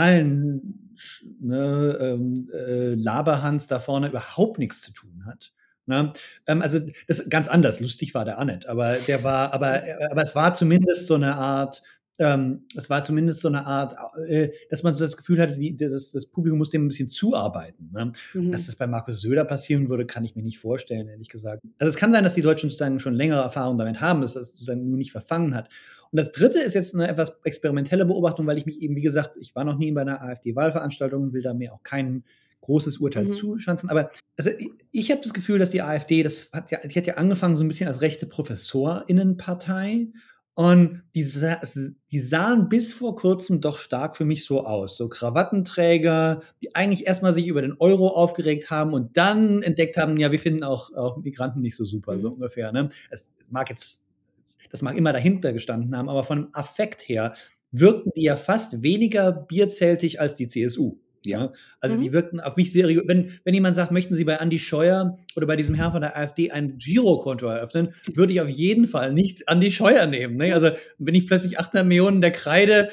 realen ne, ähm, äh, Laberhans da vorne überhaupt nichts zu tun hat. Ne? Ähm, also das ist ganz anders. Lustig war der auch nicht, aber der war, aber, aber es war zumindest so eine Art, ähm, es war zumindest so eine Art, äh, dass man so das Gefühl hatte, die, das, das Publikum muss dem ein bisschen zuarbeiten. Ne? Mhm. Dass das bei Markus Söder passieren würde, kann ich mir nicht vorstellen, ehrlich gesagt. Also es kann sein, dass die Deutschen sozusagen schon längere Erfahrung damit haben, dass das sozusagen nur nicht verfangen hat. Und das Dritte ist jetzt eine etwas experimentelle Beobachtung, weil ich mich eben, wie gesagt, ich war noch nie bei einer AfD-Wahlveranstaltung, will da mir auch kein großes Urteil mhm. zuschanzen, aber also ich, ich habe das Gefühl, dass die AfD, das hat ja, die hat ja angefangen so ein bisschen als rechte ProfessorInnenpartei. Und die, die sahen bis vor kurzem doch stark für mich so aus. So Krawattenträger, die eigentlich erstmal sich über den Euro aufgeregt haben und dann entdeckt haben, ja, wir finden auch, auch Migranten nicht so super, mhm. so ungefähr. Ne? Es mag jetzt, das mag immer dahinter gestanden haben, aber von dem Affekt her wirkten die ja fast weniger bierzeltig als die C S U. Ja. Ja, also mhm. die wirkten auf mich seriös. Wenn, wenn jemand sagt, möchten Sie bei Andi Scheuer oder bei diesem Herrn von der AfD ein Girokonto eröffnen, würde ich auf jeden Fall nicht Andi Scheuer nehmen. Ne? Also bin ich plötzlich achthundert Millionen der Kreide,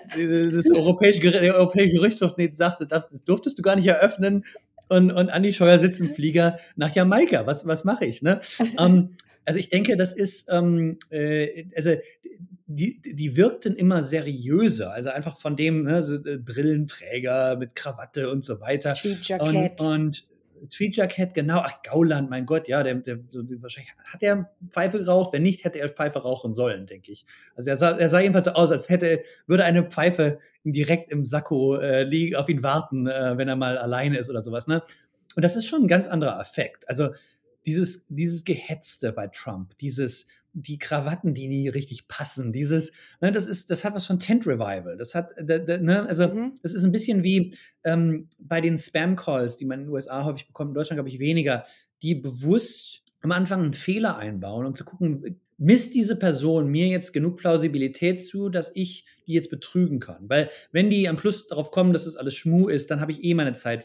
das europäische, der Europäische Gerichtshof sagte, das, das durftest du gar nicht eröffnen. Und, und Andi Scheuer sitzt im Flieger nach Jamaika. Was, was mache ich? Ne? um, also ich denke, das ist, ähm, äh, also Die, die wirkten immer seriöser, also einfach von dem ne, so, äh, Brillenträger mit Krawatte und so weiter. Tweedjacket. Und, und Tweedjacket, genau. Ach, Gauland, mein Gott, ja, der, der, der, wahrscheinlich hat er Pfeife geraucht. Wenn nicht, hätte er Pfeife rauchen sollen, denke ich. Also er sah, er sah jedenfalls so aus, als hätte, würde eine Pfeife direkt im Sakko äh, liegen, auf ihn warten, äh, wenn er mal alleine ist oder sowas. Ne? Und das ist schon ein ganz anderer Effekt. Also dieses, dieses Gehetzte bei Trump, dieses die Krawatten, die nie richtig passen, dieses, ne, das ist, das hat was von Tent Revival. Das hat, da, da, ne, also mhm. das ist ein bisschen wie ähm, bei den Spam-Calls, die man in den U S A häufig bekommt, in Deutschland glaube ich weniger, die bewusst am Anfang einen Fehler einbauen, um zu gucken, misst diese Person mir jetzt genug Plausibilität zu, dass ich die jetzt betrügen kann. Weil wenn die am Schluss darauf kommen, dass das alles Schmuh ist, dann habe ich eh meine Zeit ver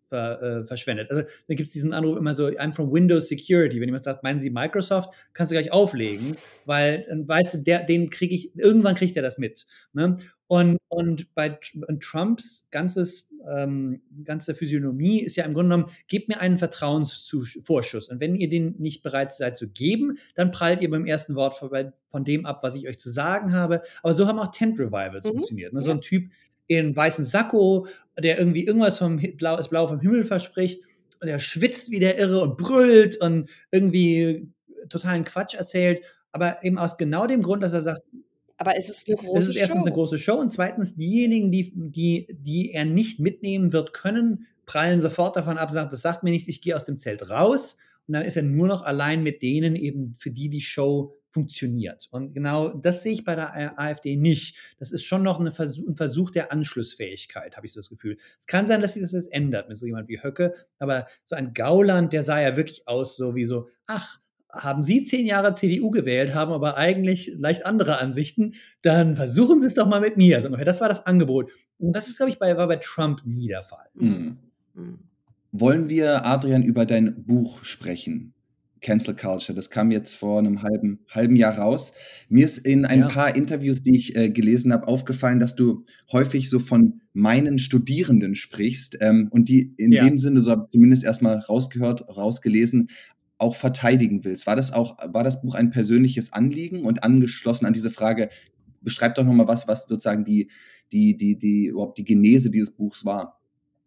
ver, äh, verschwendet. Also da gibt es diesen Anruf immer so, I'm from Windows Security. Wenn jemand sagt, meinen Sie Microsoft, kannst du gleich auflegen, weil dann weißt du, der, den kriege ich, irgendwann kriegt er das mit. Ne? Und, und bei und Trumps ganzes, ähm, ganze Physiognomie ist ja im Grunde genommen, gebt mir einen Vertrauensvorschuss. Und wenn ihr den nicht bereit seid zu geben, dann prallt ihr beim ersten Wort von, von dem ab, was ich euch zu sagen habe. Aber so haben auch Tent Revivals mhm. funktioniert. Ne? So ein Typ in weißem Sakko, der irgendwie irgendwas vom Blau, das Blau vom Himmel verspricht und der schwitzt wie der Irre und brüllt und irgendwie totalen Quatsch erzählt. Aber eben aus genau dem Grund, dass er sagt, aber es ist eine große Show. Es ist erstens eine große Show und zweitens diejenigen, die, die, die er nicht mitnehmen wird können, prallen sofort davon ab, sagen, das sagt mir nicht, ich gehe aus dem Zelt raus und dann ist er nur noch allein mit denen eben, für die die Show funktioniert. Und genau das sehe ich bei der AfD nicht. Das ist schon noch eine Versuch, ein Versuch der Anschlussfähigkeit, habe ich so das Gefühl. Es kann sein, dass sich das jetzt ändert mit so jemand wie Höcke, aber so ein Gauland, der sah ja wirklich aus so wie so, ach, haben Sie zehn Jahre C D U gewählt, haben aber eigentlich leicht andere Ansichten, dann versuchen Sie es doch mal mit mir. Also das war das Angebot. Und das ist, glaube ich, bei, war bei Trump nie der Fall. Mhm. Mhm. Wollen wir, Adrian, über dein Buch sprechen? Cancel Culture. Das kam jetzt vor einem halben, halben Jahr raus. Mir ist in ein ja. paar Interviews, die ich äh, gelesen habe, aufgefallen, dass du häufig so von meinen Studierenden sprichst ähm, und die in ja. dem Sinne, so habe ich zumindest erstmal rausgehört, rausgelesen, auch verteidigen willst. War das auch, war das Buch ein persönliches Anliegen und angeschlossen an diese Frage, beschreib doch nochmal was, was sozusagen die, die, die, die, überhaupt die Genese dieses Buchs war?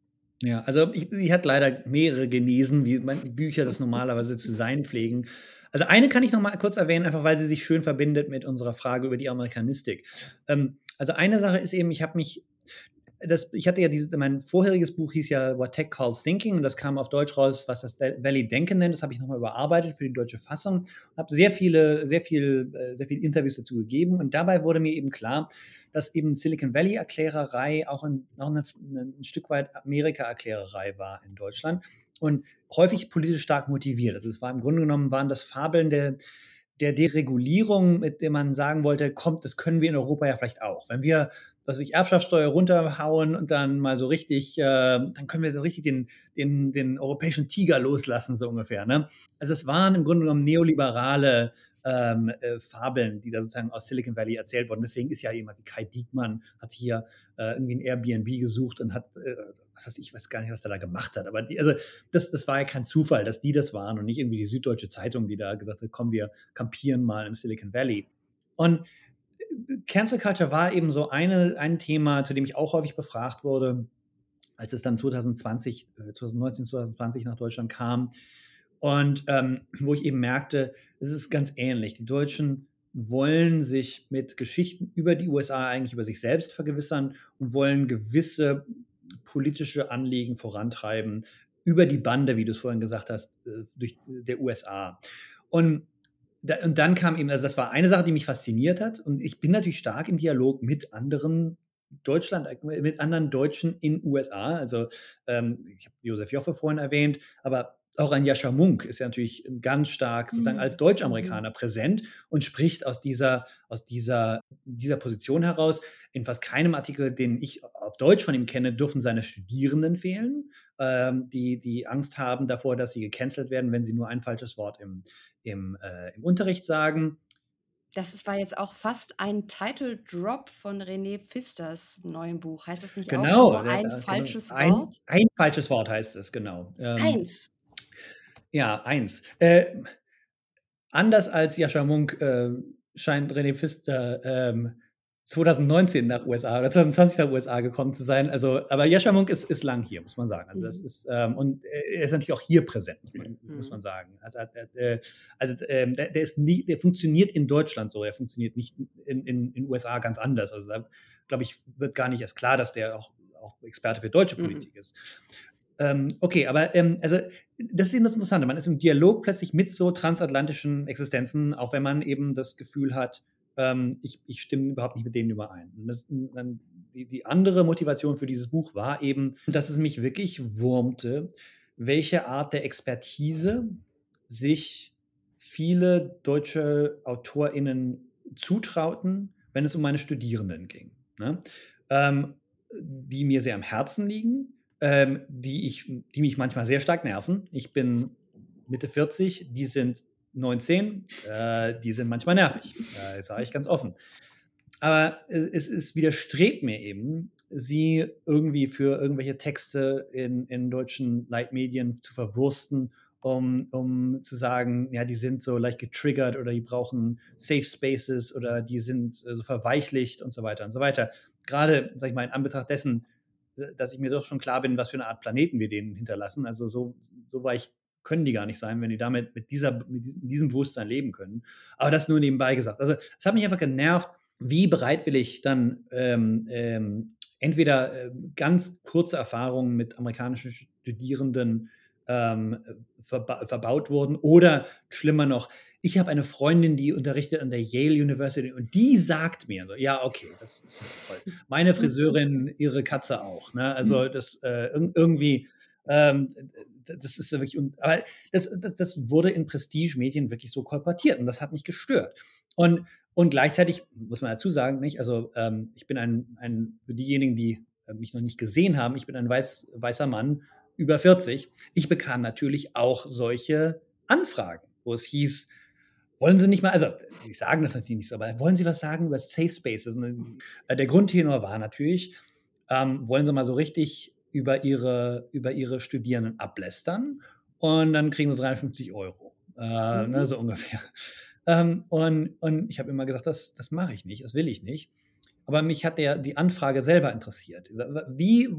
Ja, also ich, ich hatte leider mehrere Genesen, wie Bücher das normalerweise zu sein pflegen. Also eine kann ich noch mal kurz erwähnen, einfach weil sie sich schön verbindet mit unserer Frage über die Amerikanistik. Ähm, also eine Sache ist eben, ich habe mich Das, ich hatte ja dieses, mein vorheriges Buch hieß ja What Tech Calls Thinking und das kam auf Deutsch raus, was das Valley Denken nennt. Das habe ich nochmal überarbeitet für die deutsche Fassung. Habe sehr viele, sehr viel, sehr viele Interviews dazu gegeben und dabei wurde mir eben klar, dass eben Silicon Valley Erklärerei auch, ein, auch eine, ein Stück weit Amerika Erklärerei war in Deutschland und häufig politisch stark motiviert. Also es war im Grunde genommen waren das Fabeln der der Deregulierung, mit der man sagen wollte, kommt, das können wir in Europa ja vielleicht auch. Wenn wir dass ich Erbschaftssteuer runterhauen und dann mal so richtig, äh, dann können wir so richtig den, den, den europäischen Tiger loslassen, so ungefähr. Ne? Also es waren im Grunde genommen neoliberale ähm, äh, Fabeln, die da sozusagen aus Silicon Valley erzählt wurden. Deswegen ist ja jemand wie Kai Diekmann, hat hier äh, irgendwie ein Airbnb gesucht und hat, äh, was heißt, ich weiß gar nicht, was der da gemacht hat, aber die, also das, das war ja kein Zufall, dass die das waren und nicht irgendwie die Süddeutsche Zeitung, die da gesagt hat, komm, wir campieren mal im Silicon Valley. Und Cancel Culture war eben so eine, ein Thema, zu dem ich auch häufig befragt wurde, als es dann zwanzig zwanzig, zwanzig neunzehn, zwanzig zwanzig nach Deutschland kam. Und ähm, wo ich eben merkte, es ist ganz ähnlich. Die Deutschen wollen sich mit Geschichten über die U S A eigentlich über sich selbst vergewissern und wollen gewisse politische Anliegen vorantreiben über die Bande, wie du es vorhin gesagt hast, durch der U S A. Und Und dann kam eben, also das war eine Sache, die mich fasziniert hat. Und ich bin natürlich stark im Dialog mit anderen Deutschland, mit anderen Deutschen in U S A. Also ähm, ich habe Josef Joffe vorhin erwähnt, aber auch ein Jascha Munk ist ja natürlich ganz stark sozusagen als Deutsch-Amerikaner präsent und spricht aus dieser, aus dieser, dieser Position heraus. In fast keinem Artikel, den ich auf Deutsch von ihm kenne, dürfen seine Studierenden fehlen, ähm, die, die Angst haben davor, dass sie gecancelt werden, wenn sie nur ein falsches Wort im, im, äh, im Unterricht sagen. Das war jetzt auch fast ein Title Drop von René Pfisters neuem Buch. Heißt das nicht genau, auch nur ein der, falsches ein, Wort? Ein falsches Wort heißt es, genau. Ähm, eins. Ja, eins. Äh, anders als Jascha Munk äh, scheint René Pfister ähm, zwanzig neunzehn nach U S A oder zwanzig zwanzig nach U S A gekommen zu sein. Also, aber Jascha Munk ist, ist lang hier, muss man sagen. Also, das ist, ähm, und er ist natürlich auch hier präsent, muss man, mhm. muss man sagen. Also, äh, also ähm, der, der, ist nie, der funktioniert in Deutschland so, er funktioniert nicht in den in U S A ganz anders. Also, da, glaube ich, wird gar nicht erst klar, dass der auch, auch Experte für deutsche Politik mhm. ist. Ähm, okay, aber ähm, also das ist eben das Interessante. Man ist im Dialog plötzlich mit so transatlantischen Existenzen, auch wenn man eben das Gefühl hat, ähm, ich, ich stimme überhaupt nicht mit denen überein. Und das, dann, die, die andere Motivation für dieses Buch war eben, dass es mich wirklich wurmte, welche Art der Expertise sich viele deutsche AutorInnen zutrauten, wenn es um meine Studierenden ging. Ne? Ähm, die mir sehr am Herzen liegen, ähm, die, ich, die mich manchmal sehr stark nerven. Ich bin Mitte vierzig, die sind neunzehn, äh, die sind manchmal nervig, äh, das sage ich ganz offen. Aber es, es widerstrebt mir eben, sie irgendwie für irgendwelche Texte in, in deutschen Leitmedien zu verwursten, um, um zu sagen, ja, die sind so leicht getriggert oder die brauchen Safe Spaces oder die sind äh, so verweichlicht und so weiter und so weiter. Gerade, sag ich mal, in Anbetracht dessen, dass ich mir doch schon klar bin, was für eine Art Planeten wir denen hinterlassen. Also so, so weich können die gar nicht sein, wenn die damit mit, dieser, mit diesem Bewusstsein leben können. Aber das nur nebenbei gesagt. Also es hat mich einfach genervt, wie bereitwillig dann ähm, ähm, entweder äh, ganz kurze Erfahrungen mit amerikanischen Studierenden ähm, verba verbaut wurden oder schlimmer noch, ich habe eine Freundin, die unterrichtet an der Yale University und die sagt mir, so, ja, okay, das ist toll. Meine Friseurin, ihre Katze auch. Ne? Also das äh, irgendwie, ähm, das ist wirklich, aber das, das, das wurde in Prestige-Medien wirklich so kolportiert und das hat mich gestört. Und Und gleichzeitig muss man dazu sagen, nicht? Also ähm, ich bin ein, ein, für diejenigen, die äh, mich noch nicht gesehen haben, ich bin ein weiß, weißer Mann, über vierzig. Ich bekam natürlich auch solche Anfragen, wo es hieß, wollen Sie nicht mal, also die sagen das natürlich nicht so, aber wollen Sie was sagen über Safe Spaces? Und, äh, der Grundtenor war natürlich, ähm, wollen Sie mal so richtig über Ihre, über Ihre Studierenden ablästern und dann kriegen Sie dreihundertfünfzig Euro, äh, mhm. ne, so ungefähr. Ähm, und, und ich habe immer gesagt, das, das mache ich nicht, das will ich nicht. Aber mich hat der, die Anfrage selber interessiert. Wie,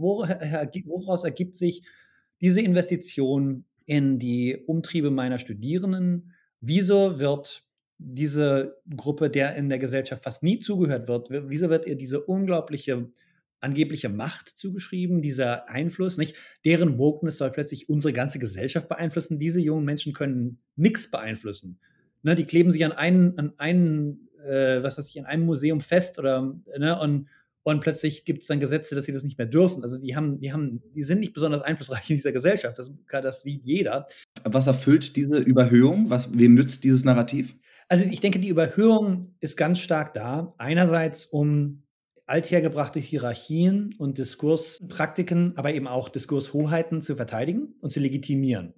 woraus ergibt sich diese Investition in die Umtriebe meiner Studierenden? Wieso wird diese Gruppe, der in der Gesellschaft fast nie zugehört wird, wieso wird ihr diese unglaubliche angebliche Macht zugeschrieben, dieser Einfluss, nicht? Deren Wokeness soll plötzlich unsere ganze Gesellschaft beeinflussen. Diese jungen Menschen können nichts beeinflussen. Ne, die kleben sich an einen, an einen äh, was weiß ich, an einem Museum fest oder, ne, und, und plötzlich gibt es dann Gesetze, dass sie das nicht mehr dürfen. Also die haben, die haben, die sind nicht besonders einflussreich in dieser Gesellschaft. Das, das sieht jeder. Was erfüllt diese Überhöhung? Was, wem nützt dieses Narrativ? Also ich denke, die Überhöhung ist ganz stark da. Einerseits, um althergebrachte Hierarchien und Diskurspraktiken, aber eben auch Diskurshoheiten zu verteidigen und zu legitimieren.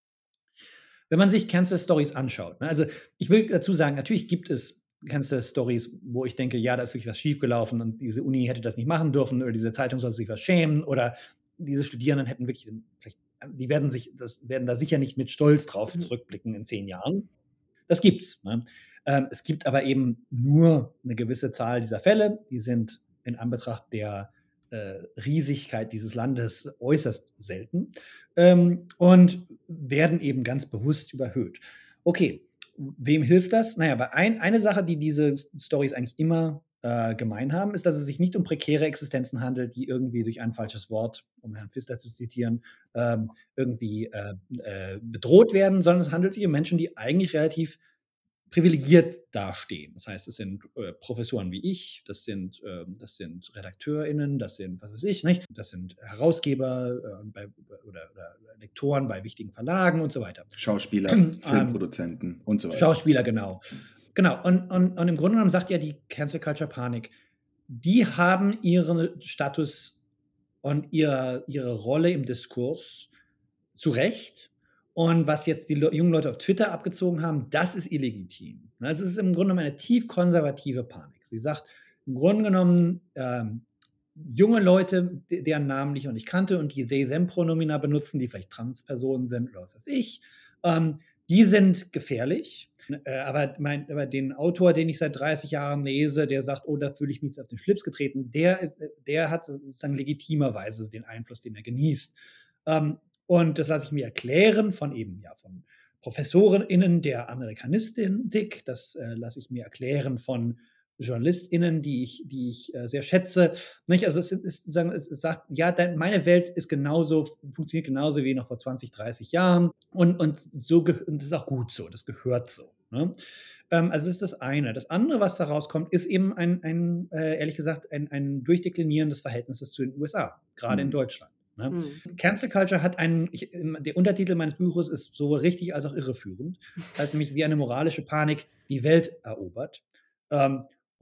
Wenn man sich Cancel Stories anschaut, ne, also ich will dazu sagen, natürlich gibt es Cancel Stories, wo ich denke, ja, da ist wirklich was schiefgelaufen und diese Uni hätte das nicht machen dürfen oder diese Zeitung sollte sich was schämen oder diese Studierenden hätten wirklich, vielleicht, die werden sich, das werden da sicher nicht mit Stolz drauf zurückblicken in zehn Jahren. Das gibt's. Ne? Ähm, es gibt aber eben nur eine gewisse Zahl dieser Fälle, die sind in Anbetracht der äh, Riesigkeit dieses Landes äußerst selten ähm, und werden eben ganz bewusst überhöht. Okay, wem hilft das? Naja, aber ein, eine Sache, die diese Storys eigentlich immer äh, gemein haben, ist, dass es sich nicht um prekäre Existenzen handelt, die irgendwie durch ein falsches Wort, um Herrn Pfister zu zitieren, ähm, irgendwie äh, äh, bedroht werden, sondern es handelt sich um Menschen, die eigentlich relativ privilegiert dastehen. Das heißt, es sind äh, Professoren wie ich, das sind, äh, das sind RedakteurInnen, das sind, was weiß ich, nicht? Das sind Herausgeber äh, bei, oder, oder Lektoren bei wichtigen Verlagen und so weiter. Schauspieler, Filmproduzenten ähm, und so weiter. Schauspieler, genau. Genau, und, und, und im Grunde genommen sagt ja die Cancel Culture Panik, die haben ihren Status und ihre, ihre Rolle im Diskurs zu Recht. Und was jetzt die jungen Leute auf Twitter abgezogen haben, das ist illegitim. Es ist im Grunde genommen eine tief konservative Panik. Sie sagt, im Grunde genommen, ähm, junge Leute, deren Namen ich noch nicht kannte und die They-Them-Pronomina benutzen, die vielleicht Transpersonen sind oder was weiß ich, ähm, die sind gefährlich. Äh, aber, mein, aber den Autor, den ich seit dreißig Jahren lese, der sagt, oh, da fühle ich mich jetzt auf den Schlips getreten, der, ist, der hat sozusagen legitimerweise den Einfluss, den er genießt. Ähm, Und das lasse ich mir erklären von eben, ja, von ProfessorInnen der Amerikanistik, das äh, lasse ich mir erklären von JournalistInnen, die ich, die ich äh, sehr schätze. Nicht? Also es ist sozusagen, es sagt, ja, meine Welt ist genauso, funktioniert genauso wie noch vor zwanzig, dreißig Jahren und, und so und das ist auch gut so, das gehört so. Ne? Ähm, also das ist das eine. Das andere, was daraus kommt, ist eben ein, ein äh, ehrlich gesagt, ein, ein Durchdeklinieren des Verhältnisses zu den U S A, gerade mhm. in Deutschland. Ne? Mhm. Cancel Culture hat einen, ich, der Untertitel meines Buches ist sowohl richtig als auch irreführend, hat nämlich wie eine moralische Panik die Welt erobert. Ähm,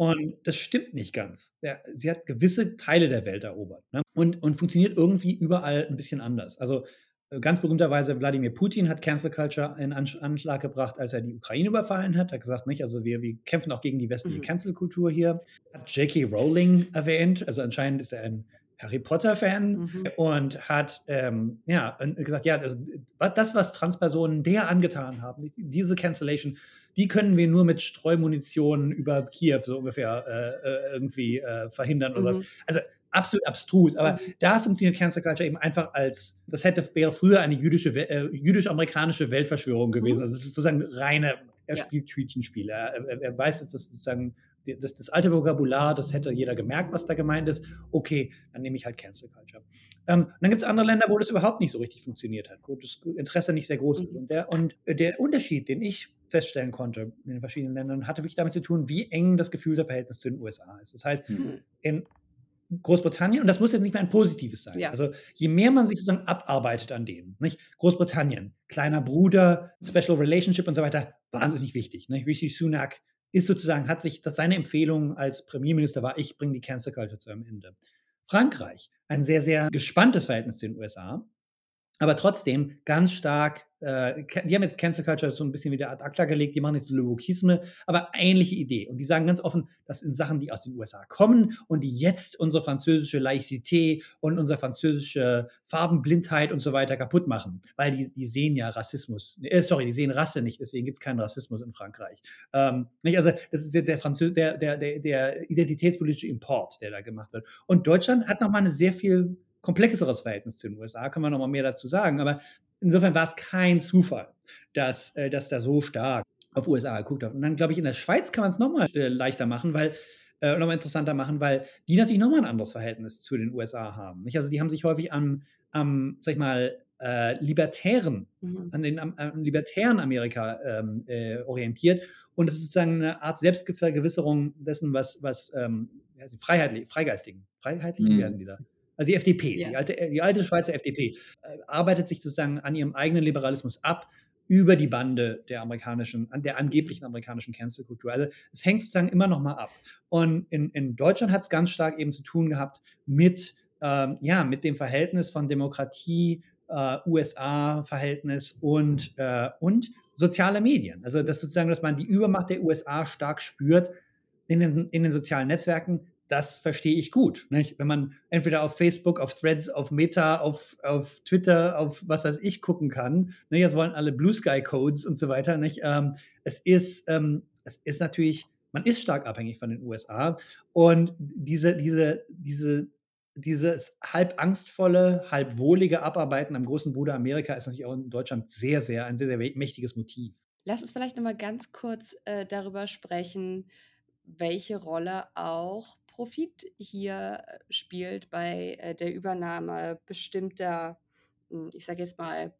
Und das stimmt nicht ganz. Der, sie hat gewisse Teile der Welt erobert, ne? und, und funktioniert irgendwie überall ein bisschen anders. Also äh, ganz berühmterweise Wladimir Putin hat Cancel Culture in Ansch- Anschlag gebracht, als er die Ukraine überfallen hat. Er hat gesagt, nicht, also wir, wir kämpfen auch gegen die westliche Mhm. Cancel-Kultur hier. Hat J K. Rowling erwähnt, also anscheinend ist er ein Harry Potter-Fan Mhm. und hat ähm, ja, gesagt, ja, also, das, was Transpersonen der angetan haben, diese Cancellation, die können wir nur mit Streumunition über Kiew so ungefähr äh, irgendwie äh, verhindern oder Mhm. was. Also absolut abstrus, aber Mhm. da funktioniert Cancel Culture eben einfach als, das hätte, wäre früher eine jüdische, äh, jüdisch-amerikanische Weltverschwörung gewesen. Mhm. Also es ist sozusagen reine, er Ja. spielt Tütchenspiele. Er, er, er weiß, dass das sozusagen das, das alte Vokabular, das hätte jeder gemerkt, was da gemeint ist. Okay, dann nehme ich halt Cancel Culture. Ähm, und dann gibt es andere Länder, wo das überhaupt nicht so richtig funktioniert hat, wo das Interesse nicht sehr groß ist. Mhm. Und der, und der Unterschied, den ich feststellen konnte in den verschiedenen Ländern, hatte wirklich damit zu tun, wie eng das gefühlte Verhältnis zu den U S A ist. Das heißt, Mhm. in Großbritannien, und das muss jetzt nicht mehr ein positives sein. Ja. Also je mehr man sich sozusagen abarbeitet an denen, nicht? Großbritannien, kleiner Bruder, Special Relationship und so weiter, wahnsinnig wichtig. Nicht? Rishi Sunak ist sozusagen, hat sich, dass seine Empfehlung als Premierminister war, ich bringe die Cancel Culture zu einem Ende. Frankreich, ein sehr, sehr gespanntes Verhältnis zu den U S A, aber trotzdem ganz stark, äh, die haben jetzt Cancel Culture so ein bisschen wieder ad acta gelegt, die machen jetzt Wokisme, aber ähnliche Idee. Und die sagen ganz offen, das sind Sachen, die aus den U S A kommen und die jetzt unsere französische Laicité und unsere französische Farbenblindheit und so weiter kaputt machen. Weil die, die sehen ja Rassismus, äh, sorry, die sehen Rasse nicht, deswegen gibt es keinen Rassismus in Frankreich. Ähm, nicht? Also das ist der, Franzö der, der, der, der identitätspolitische Import, der da gemacht wird. Und Deutschland hat nochmal eine sehr viel komplexeres Verhältnis zu den U S A, kann man noch mal mehr dazu sagen. Aber insofern war es kein Zufall, dass, äh, dass da so stark auf U S A geguckt hat. Und dann, glaube ich, in der Schweiz kann man es noch mal äh, leichter machen, weil äh, noch mal interessanter machen, weil die natürlich noch mal ein anderes Verhältnis zu den U S A haben. Nicht? Also die haben sich häufig am, am sag ich mal, äh, libertären, Mhm. an den am, am libertären Amerika ähm, äh, orientiert. Und es ist sozusagen eine Art Selbstvergewisserung dessen, was, was ähm, wie heißt die? Freiheitlich, Freigeistigen, Freiheitlichen, wie heißen die da? Also die F D P, Ja. die, alte, die alte Schweizer F D P, äh, arbeitet sich sozusagen an ihrem eigenen Liberalismus ab über die Bande der amerikanischen, an der angeblichen amerikanischen Cancel-Kultur. Also es hängt sozusagen immer noch mal ab. Und in, in Deutschland hat es ganz stark eben zu tun gehabt mit, ähm, ja, mit dem Verhältnis von Demokratie, äh, U S A-Verhältnis und, äh, und soziale Medien. Also das sozusagen, dass man die Übermacht der U S A stark spürt in den, in den sozialen Netzwerken. Das verstehe ich gut. Nicht? Wenn man entweder auf Facebook, auf Threads, auf Meta, auf, auf Twitter, auf was weiß ich gucken kann. Nicht? Jetzt wollen alle Blue Sky Codes und so weiter. Nicht? Ähm, es ist, ähm, es ist natürlich, man ist stark abhängig von den U S A. Und diese, diese, diese, dieses halb angstvolle, halb wohlige Abarbeiten am großen Bruder Amerika ist natürlich auch in Deutschland sehr, sehr, ein sehr, sehr mächtiges Motiv. Lass uns vielleicht noch mal ganz kurz äh, darüber sprechen, welche Rolle auch Profit hier äh, spielt bei äh, der Übernahme bestimmter, hm, ich sage jetzt mal,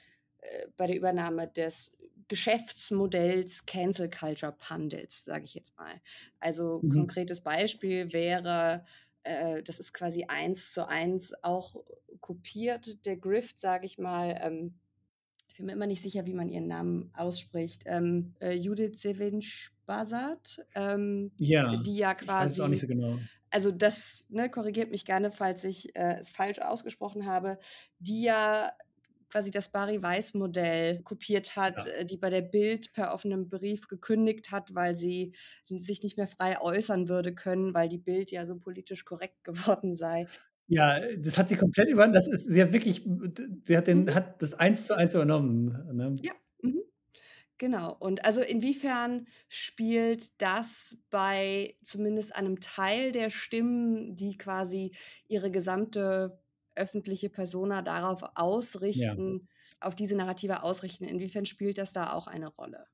äh, bei der Übernahme des Geschäftsmodells Cancel Culture Pundits, sage ich jetzt mal. Also Mhm. konkretes Beispiel wäre, äh, das ist quasi eins zu eins auch kopiert, der Grift, sage ich mal. Ähm, ich bin mir immer nicht sicher, wie man ihren Namen ausspricht. Ähm, äh, Judith Sevinch-Bazard, ähm, Ja, die ja ich weiß es auch nicht quasi, so genau. also das, ne, korrigiert mich gerne, falls ich äh, es falsch ausgesprochen habe, die ja quasi das Bari-Weiss-Modell kopiert hat, Ja. äh, die bei der Bild per offenem Brief gekündigt hat, weil sie sich nicht mehr frei äußern würde können, weil die Bild ja so politisch korrekt geworden sei. Ja, das hat sie komplett über das ist sie hat wirklich sie hat den Mhm. hat das eins zu eins übernommen, ne? Ja, mhm. Genau. Und also inwiefern spielt das bei zumindest einem Teil der Stimmen, die quasi ihre gesamte öffentliche Persona darauf Ja. ausrichten, auf diese Narrative ausrichten, inwiefern spielt das da auch eine Rolle?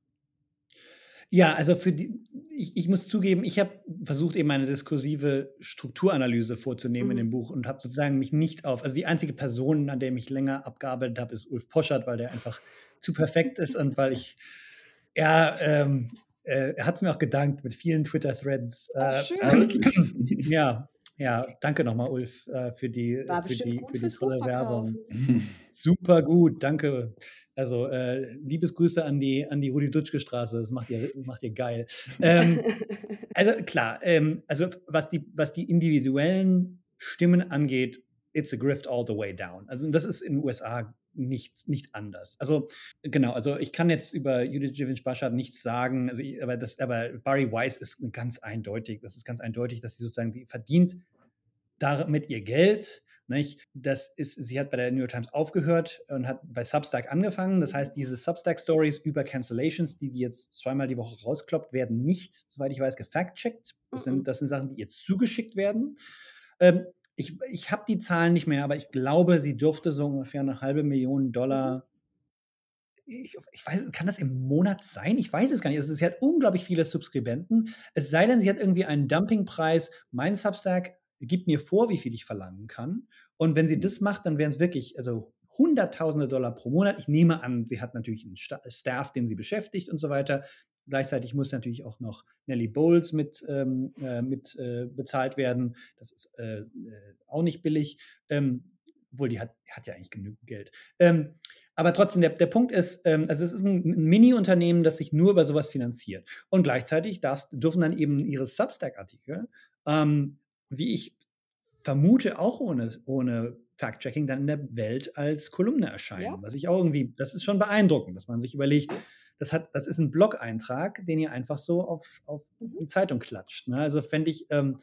Ja, also für die ich ich muss zugeben, ich habe versucht, eben eine diskursive Strukturanalyse vorzunehmen in Mhm. dem Buch und habe sozusagen mich nicht auf also die einzige Person, an der ich mich länger abgearbeitet habe, ist Ulf Poschardt, weil der einfach zu perfekt ist und weil ich ja, ähm, äh, er hat's mir auch gedankt mit vielen Twitter-Threads. Ach, Äh, Ah, schön. wirklich? ja, Ja, danke nochmal, Ulf, äh, für die, War für bestimmt die, gut für die fürs tolle Werbung. Buchverkaufen. Super gut, danke. Also äh, Liebesgrüße an die, an die Rudi-Dutschke-Straße, das macht ihr, macht ihr geil. Ähm, also klar, ähm, also was die, was die individuellen Stimmen angeht, it's a grift all the way down. Also das ist in den U S A nicht, nicht anders. Also genau, also ich kann jetzt über Judith Jevish-Bashard nichts sagen, also ich, aber, das, aber Bari Weiss ist ganz eindeutig, das ist ganz eindeutig, dass sie sozusagen, die verdient damit ihr Geld. Nicht? Das ist, sie hat bei der New York Times aufgehört und hat bei Substack angefangen. Das heißt, diese Substack-Stories über Cancellations, die die jetzt zweimal die Woche rauskloppt, werden nicht, soweit ich weiß, gefact-checkt. Das sind, das sind Sachen, die ihr zugeschickt werden. Ähm, ich ich habe die Zahlen nicht mehr, aber ich glaube, sie dürfte so ungefähr eine halbe Million Dollar. Ich, ich weiß, kann das im Monat sein? Ich weiß es gar nicht. Also, sie hat unglaublich viele Subskribenten. Es sei denn, sie hat irgendwie einen Dumpingpreis. Mein Substack gibt mir vor, wie viel ich verlangen kann. Und wenn sie das macht, dann wären es wirklich, also Hunderttausende Dollar pro Monat. Ich nehme an, sie hat natürlich einen Sta- Staff, den sie beschäftigt und so weiter. Gleichzeitig muss natürlich auch noch Nelly Bowles mit, ähm, äh, mit äh, bezahlt werden. Das ist äh, äh, auch nicht billig. Ähm, obwohl, die hat, die hat ja eigentlich genügend Geld. Ähm, aber trotzdem, der, der Punkt ist, ähm, also es ist ein, ein Mini-Unternehmen, das sich nur über sowas finanziert. Und gleichzeitig darfst, dürfen dann eben ihre Substack-Artikel, ähm, wie ich vermute, auch ohne, ohne Fact-Checking, dann in der Welt als Kolumne erscheinen. Ja. Was ich auch irgendwie, das ist schon beeindruckend, dass man sich überlegt, das, hat, das ist ein Blog-Eintrag, den ihr einfach so auf, auf die Zeitung klatscht. Ne? Also fände ich, ähm,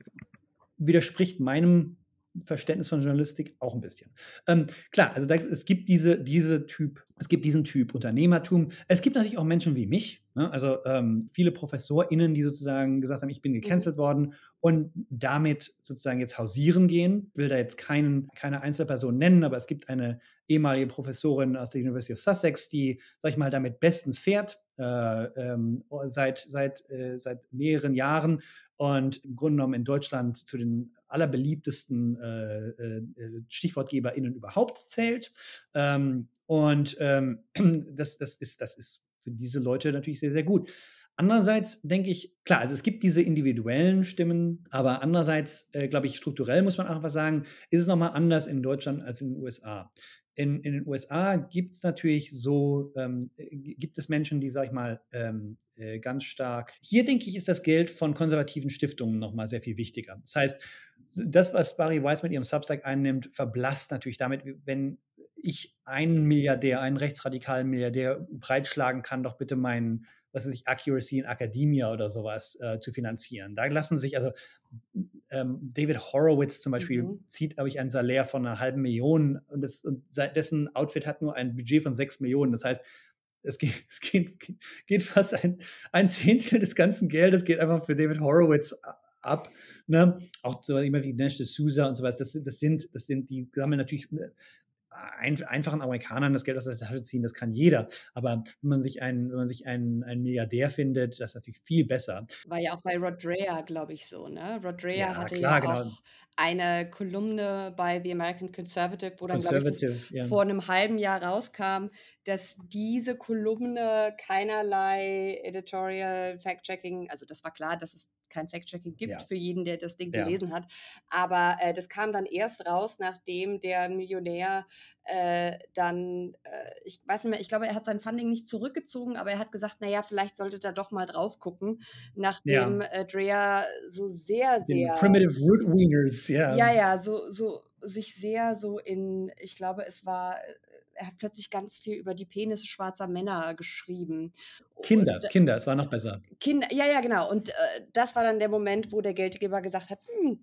widerspricht meinem Verständnis von Journalistik auch ein bisschen. Ähm, klar, also da, es gibt diese, diese Typ, es gibt diesen Typ Unternehmertum. Es gibt natürlich auch Menschen wie mich, ne? Also ähm, viele ProfessorInnen, die sozusagen gesagt haben, ich bin gecancelt mhm. worden und damit sozusagen jetzt hausieren gehen. Ich will da jetzt keinen, keine Einzelperson nennen, aber es gibt eine ehemalige Professorin aus der University of Sussex, die, sag ich mal, damit bestens fährt, äh, ähm, seit, seit, äh, seit mehreren Jahren und im Grunde genommen in Deutschland zu den allerbeliebtesten äh, äh, StichwortgeberInnen überhaupt zählt. Ähm, und ähm, das, das, ist, das ist für diese Leute natürlich sehr, sehr gut. Andererseits denke ich, klar, also es gibt diese individuellen Stimmen, aber andererseits, äh, glaube ich, strukturell muss man auch was sagen, ist es nochmal anders in Deutschland als in den U S A. In, in den U S A gibt es natürlich so, ähm, gibt es Menschen, die, sag ich mal, ähm, äh, ganz stark. Hier, denke ich, ist das Geld von konservativen Stiftungen nochmal sehr viel wichtiger. Das heißt, das, was Bari Weiss mit ihrem Substack einnimmt, verblasst natürlich damit, wenn ich einen Milliardär, einen rechtsradikalen Milliardär breitschlagen kann, doch bitte meinen, was weiß ich, Accuracy in Academia oder sowas äh, zu finanzieren. Da lassen sich, also ähm, David Horowitz zum Beispiel mhm. zieht, glaube ich, ein Salär von einer halben Million und, das, und dessen Outfit hat nur ein Budget von sechs Millionen. Das heißt, es geht, es geht, geht fast ein, ein Zehntel des ganzen Geldes geht einfach für David Horowitz ab. Ne? Auch so jemand wie Dinesh D'Souza und sowas. Das, das, sind, das sind, die sammeln natürlich ein, einfachen Amerikanern das Geld aus der Tasche ziehen, das kann jeder. Aber wenn man sich einen, wenn man sich einen, einen Milliardär findet, das ist natürlich viel besser. War ja auch bei Rod Dreher, glaube ich, so, ne? Rod Dreher ja, hatte klar, ja genau. auch eine Kolumne bei The American Conservative, wo dann, glaube ich, so ja. vor einem halben Jahr rauskam, dass diese Kolumne keinerlei Editorial Fact-Checking, also das war klar, dass es kein Fact-Checking gibt ja. für jeden, der das Ding ja. gelesen hat. Aber äh, das kam dann erst raus, nachdem der Millionär äh, dann, äh, ich weiß nicht mehr, ich glaube, er hat sein Funding nicht zurückgezogen, aber er hat gesagt, naja, vielleicht sollte da doch mal drauf gucken, nachdem ja. äh, Dreher so sehr, sehr... Den Primitive Root Wieners, ja. Ja, ja, so, so sich sehr so in, ich glaube, es war... Er hat plötzlich ganz viel über die Penisse schwarzer Männer geschrieben. Kinder, und, Kinder, es war noch besser. Kinder, ja, ja, genau. Und äh, das war dann der Moment, wo der Geldgeber gesagt hat, hm,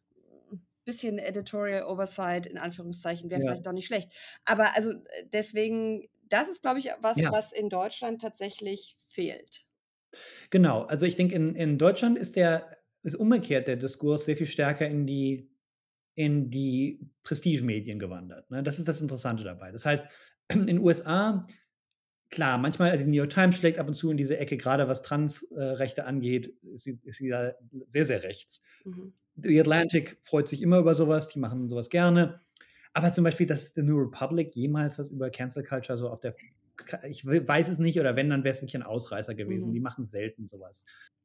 bisschen Editorial Oversight, in Anführungszeichen, wäre ja. vielleicht doch nicht schlecht. Aber also deswegen, das ist, glaube ich, was, ja. was in Deutschland tatsächlich fehlt. Genau, also ich denke, in, in Deutschland ist der, ist umgekehrt der Diskurs sehr viel stärker in die in die Prestigemedien gewandert. Ne? Das ist das Interessante dabei. Das heißt, in den U S A, klar, manchmal, also die New York Times schlägt ab und zu in diese Ecke, gerade was Transrechte äh, angeht, ist sie, ist sie da sehr, sehr rechts. Mhm. The Atlantic freut sich immer über sowas, die machen sowas gerne. Aber zum Beispiel, dass The New Republic jemals was über Cancel Culture so auf der, ich weiß es nicht, oder wenn, dann wäre es wirklich ein Ausreißer gewesen. Mhm. Die machen selten sowas.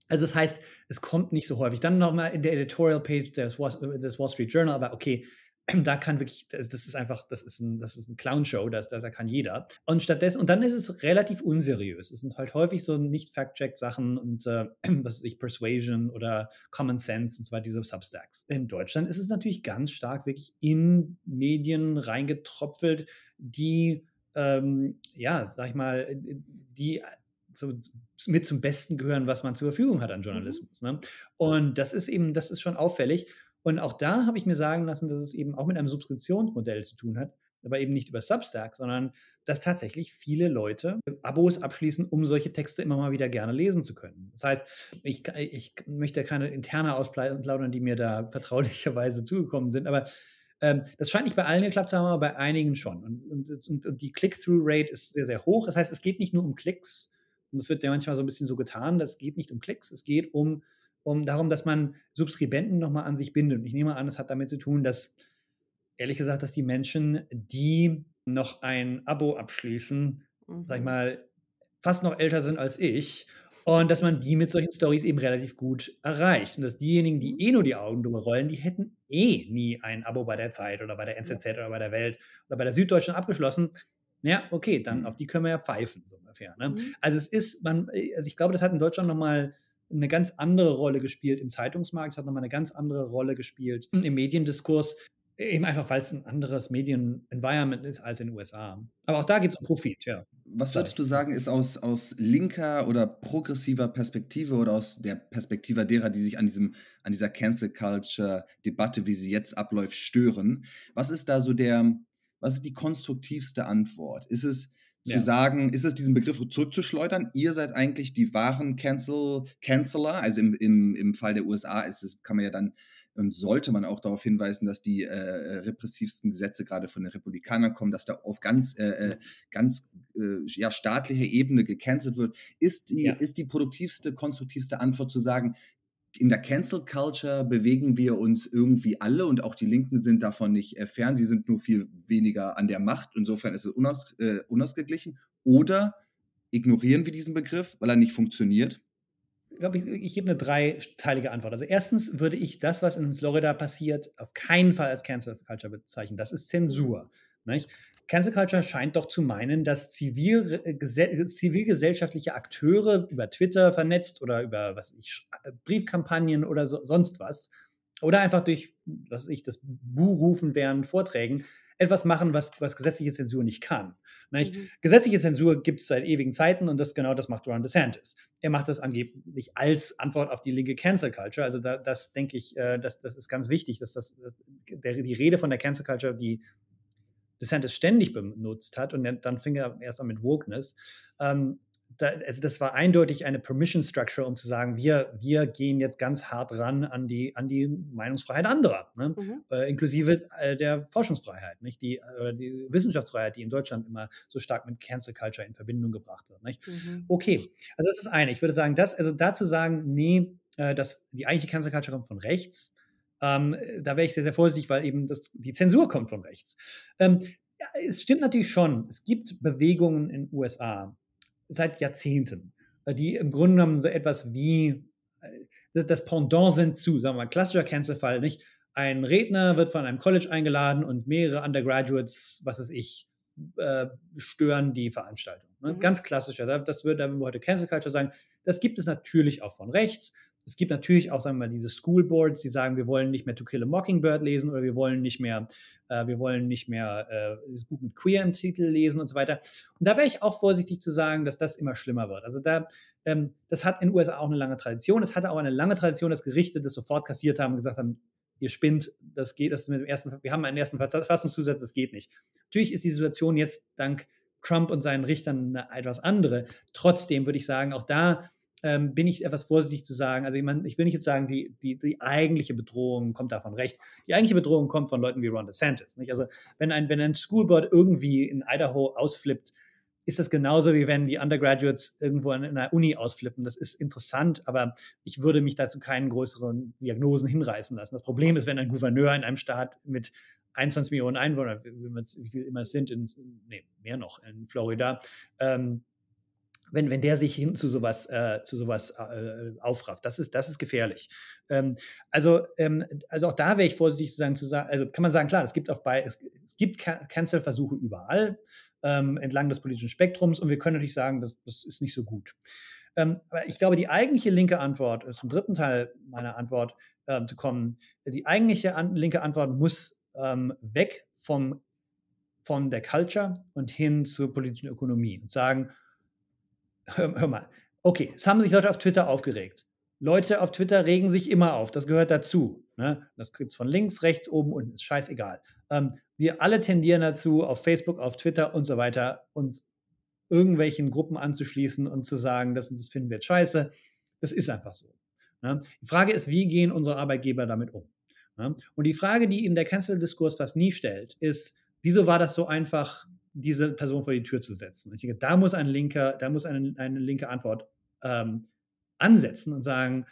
Also das heißt, es kommt nicht so häufig. Dann nochmal in der Editorial-Page des Wall, des Wall Street Journal, aber okay, da kann wirklich, das, das ist einfach, das ist ein, das ist ein Clown-Show, das, das kann jeder. Und stattdessen, und dann ist es relativ unseriös. Es sind halt häufig so Nicht-Fact-Check-Sachen und äh, was weiß ich, Persuasion oder Common Sense und zwar diese Substacks. In Deutschland ist es natürlich ganz stark wirklich in Medien reingetropfelt, die, ähm, ja, sag ich mal, die so mit zum Besten gehören, was man zur Verfügung hat an Journalismus. Mhm. Ne? Und das ist eben, das ist schon auffällig. Und auch da habe ich mir sagen lassen, dass es eben auch mit einem Subskriptionsmodell zu tun hat, aber eben nicht über Substack, sondern dass tatsächlich viele Leute Abos abschließen, um solche Texte immer mal wieder gerne lesen zu können. Das heißt, ich, ich möchte keine interne ausplaudern, die mir da vertraulicherweise zugekommen sind, aber ähm, das scheint nicht bei allen geklappt zu haben, aber bei einigen schon. Und, und, und, und die Click-Through-Rate ist sehr, sehr hoch. Das heißt, es geht nicht nur um Klicks, und es wird ja manchmal so ein bisschen so getan, das geht nicht um Klicks, es geht um um darum, dass man Subskribenten nochmal an sich bindet. Und ich nehme an, es hat damit zu tun, dass, ehrlich gesagt, dass die Menschen, die noch ein Abo abschließen, mhm. sag ich mal, fast noch älter sind als ich und dass man die mit solchen Storys eben relativ gut erreicht. Und dass diejenigen, die eh nur die Augen drüber rollen, die hätten eh nie ein Abo bei der Zeit oder bei der N Z Z ja. oder bei der Welt oder bei der Süddeutschen abgeschlossen. Ja, okay, dann mhm. auf die können wir ja pfeifen, so ungefähr. Ne? Mhm. Also es ist, man, also ich glaube, das hat in Deutschland nochmal eine ganz andere Rolle gespielt im Zeitungsmarkt, es hat nochmal eine ganz andere Rolle gespielt im Mediendiskurs, eben einfach, weil es ein anderes Medien-Environment ist als in den U S A. Aber auch da geht es um Profit, ja. Was würdest du sagen, ist aus, aus linker oder progressiver Perspektive oder aus der Perspektive derer, die sich an, diesem, an dieser Cancel-Culture-Debatte, wie sie jetzt abläuft, stören? Was ist da so der, was ist die konstruktivste Antwort? Ist es zu ja. sagen, ist es diesen Begriff zurückzuschleudern? Ihr seid eigentlich die wahren Cancel, Canceler. Also im, im, im Fall der U S A ist es, kann man ja dann und sollte man auch darauf hinweisen, dass die äh, repressivsten Gesetze gerade von den Republikanern kommen, dass da auf ganz, äh, ganz äh, ja, staatlicher Ebene gecancelt wird. Ist die, ja. ist die produktivste, konstruktivste Antwort zu sagen, in der Cancel Culture bewegen wir uns irgendwie alle und auch die Linken sind davon nicht äh, fern, sie sind nur viel weniger an der Macht, insofern ist es unaus, äh, unausgeglichen. Oder ignorieren wir diesen Begriff, weil er nicht funktioniert? Ich glaube, ich, ich gebe eine dreiteilige Antwort. Also erstens würde ich das, was in Florida passiert, auf keinen Fall als Cancel Culture bezeichnen. Das ist Zensur. Nicht? Cancel Culture scheint doch zu meinen, dass zivil, gesell, zivilgesellschaftliche Akteure über Twitter vernetzt oder über was ich, Briefkampagnen oder so, sonst was oder einfach durch, was ich, das Buhrufen während Vorträgen etwas machen, was, was gesetzliche Zensur nicht kann. Nicht? Mhm. Gesetzliche Zensur gibt es seit ewigen Zeiten und das genau das macht Ron DeSantis. Er macht das angeblich als Antwort auf die linke Cancel Culture. Also da, das denke ich, äh, das, das ist ganz wichtig, dass das, der, die Rede von der Cancel Culture, die DeSantis ständig benutzt hat und dann fing er erst an mit Wokeness. Ähm, da, also das war eindeutig eine Permission Structure, um zu sagen, wir, wir gehen jetzt ganz hart ran an die, an die Meinungsfreiheit anderer, ne? mhm. äh, inklusive äh, der Forschungsfreiheit, nicht? Die, äh, die Wissenschaftsfreiheit, die in Deutschland immer so stark mit Cancel Culture in Verbindung gebracht wird. Nicht? Mhm. Okay, also das ist das eine. Ich würde sagen, das, also dazu sagen, nee, äh, dass die eigentliche Cancel Culture kommt von rechts. Ähm, da wäre ich sehr, sehr vorsichtig, weil eben das, die Zensur kommt von rechts. Ähm, ja, es stimmt natürlich schon, es gibt Bewegungen in den U S A seit Jahrzehnten, die im Grunde genommen so etwas wie äh, das Pendant sind zu, sagen wir mal, klassischer Cancel-Fall, nicht? Ein Redner wird von einem College eingeladen und mehrere Undergraduates, was weiß ich, äh, stören die Veranstaltung. Ne? Mhm. Ganz klassischer, das würde, da würden wir heute Cancel Culture sagen. Das gibt es natürlich auch von rechts. Es gibt natürlich auch, sagen wir mal, diese School Boards, die sagen, wir wollen nicht mehr To Kill a Mockingbird lesen oder wir wollen nicht mehr, äh, wir wollen nicht mehr äh, dieses Buch mit Queer im Titel lesen und so weiter. Und da wäre ich auch vorsichtig zu sagen, dass das immer schlimmer wird. Also da, ähm, das hat in den U S A auch eine lange Tradition. Es hatte auch eine lange Tradition, dass Gerichte das sofort kassiert haben und gesagt haben, ihr spinnt, das geht, das ist mit dem ersten, wir haben einen ersten Verfassungszusatz, das geht nicht. Natürlich ist die Situation jetzt dank Trump und seinen Richtern eine etwas andere. Trotzdem würde ich sagen, auch da Ähm, bin ich etwas vorsichtig zu sagen, also ich, mein, ich will nicht jetzt sagen, die, die, die eigentliche Bedrohung kommt davon rechts. Die eigentliche Bedrohung kommt von Leuten wie Ron DeSantis. Nicht? Also wenn ein, wenn ein Schoolboard irgendwie in Idaho ausflippt, ist das genauso, wie wenn die Undergraduates irgendwo in einer Uni ausflippen. Das ist interessant, aber ich würde mich dazu keinen größeren Diagnosen hinreißen lassen. Das Problem ist, wenn ein Gouverneur in einem Staat mit einundzwanzig Millionen Einwohnern, wie viel immer es sind, in, nee, mehr noch, in Florida, ähm, wenn, wenn der sich hin zu sowas, äh, zu sowas äh, aufrafft. Das ist, das ist gefährlich. Ähm, also, ähm, also auch da wäre ich vorsichtig zu sagen, zu sagen, also kann man sagen, klar, es gibt auf bei, es, es gibt Cancel-Versuche überall ähm, entlang des politischen Spektrums und wir können natürlich sagen, das, das ist nicht so gut. Ähm, aber ich glaube, die eigentliche linke Antwort, zum dritten Teil meiner Antwort äh, zu kommen, die eigentliche an, linke Antwort muss ähm, weg vom, von der Culture und hin zur politischen Ökonomie und sagen, hör, hör mal, okay, es haben sich Leute auf Twitter aufgeregt. Leute auf Twitter regen sich immer auf, das gehört dazu. Ne? Das gibt es von links, rechts, oben, unten, ist scheißegal. Ähm, wir alle tendieren dazu, auf Facebook, auf Twitter und so weiter, uns irgendwelchen Gruppen anzuschließen und zu sagen, das, das finden wir jetzt scheiße. Das ist einfach so. Ne? Die Frage ist, wie gehen unsere Arbeitgeber damit um? Ne? Und die Frage, die eben der Cancel-Diskurs fast nie stellt, ist, wieso war das so einfach, diese Person vor die Tür zu setzen? Ich denke, da muss ein linker, da muss eine, eine linke Antwort ähm, ansetzen und sagen,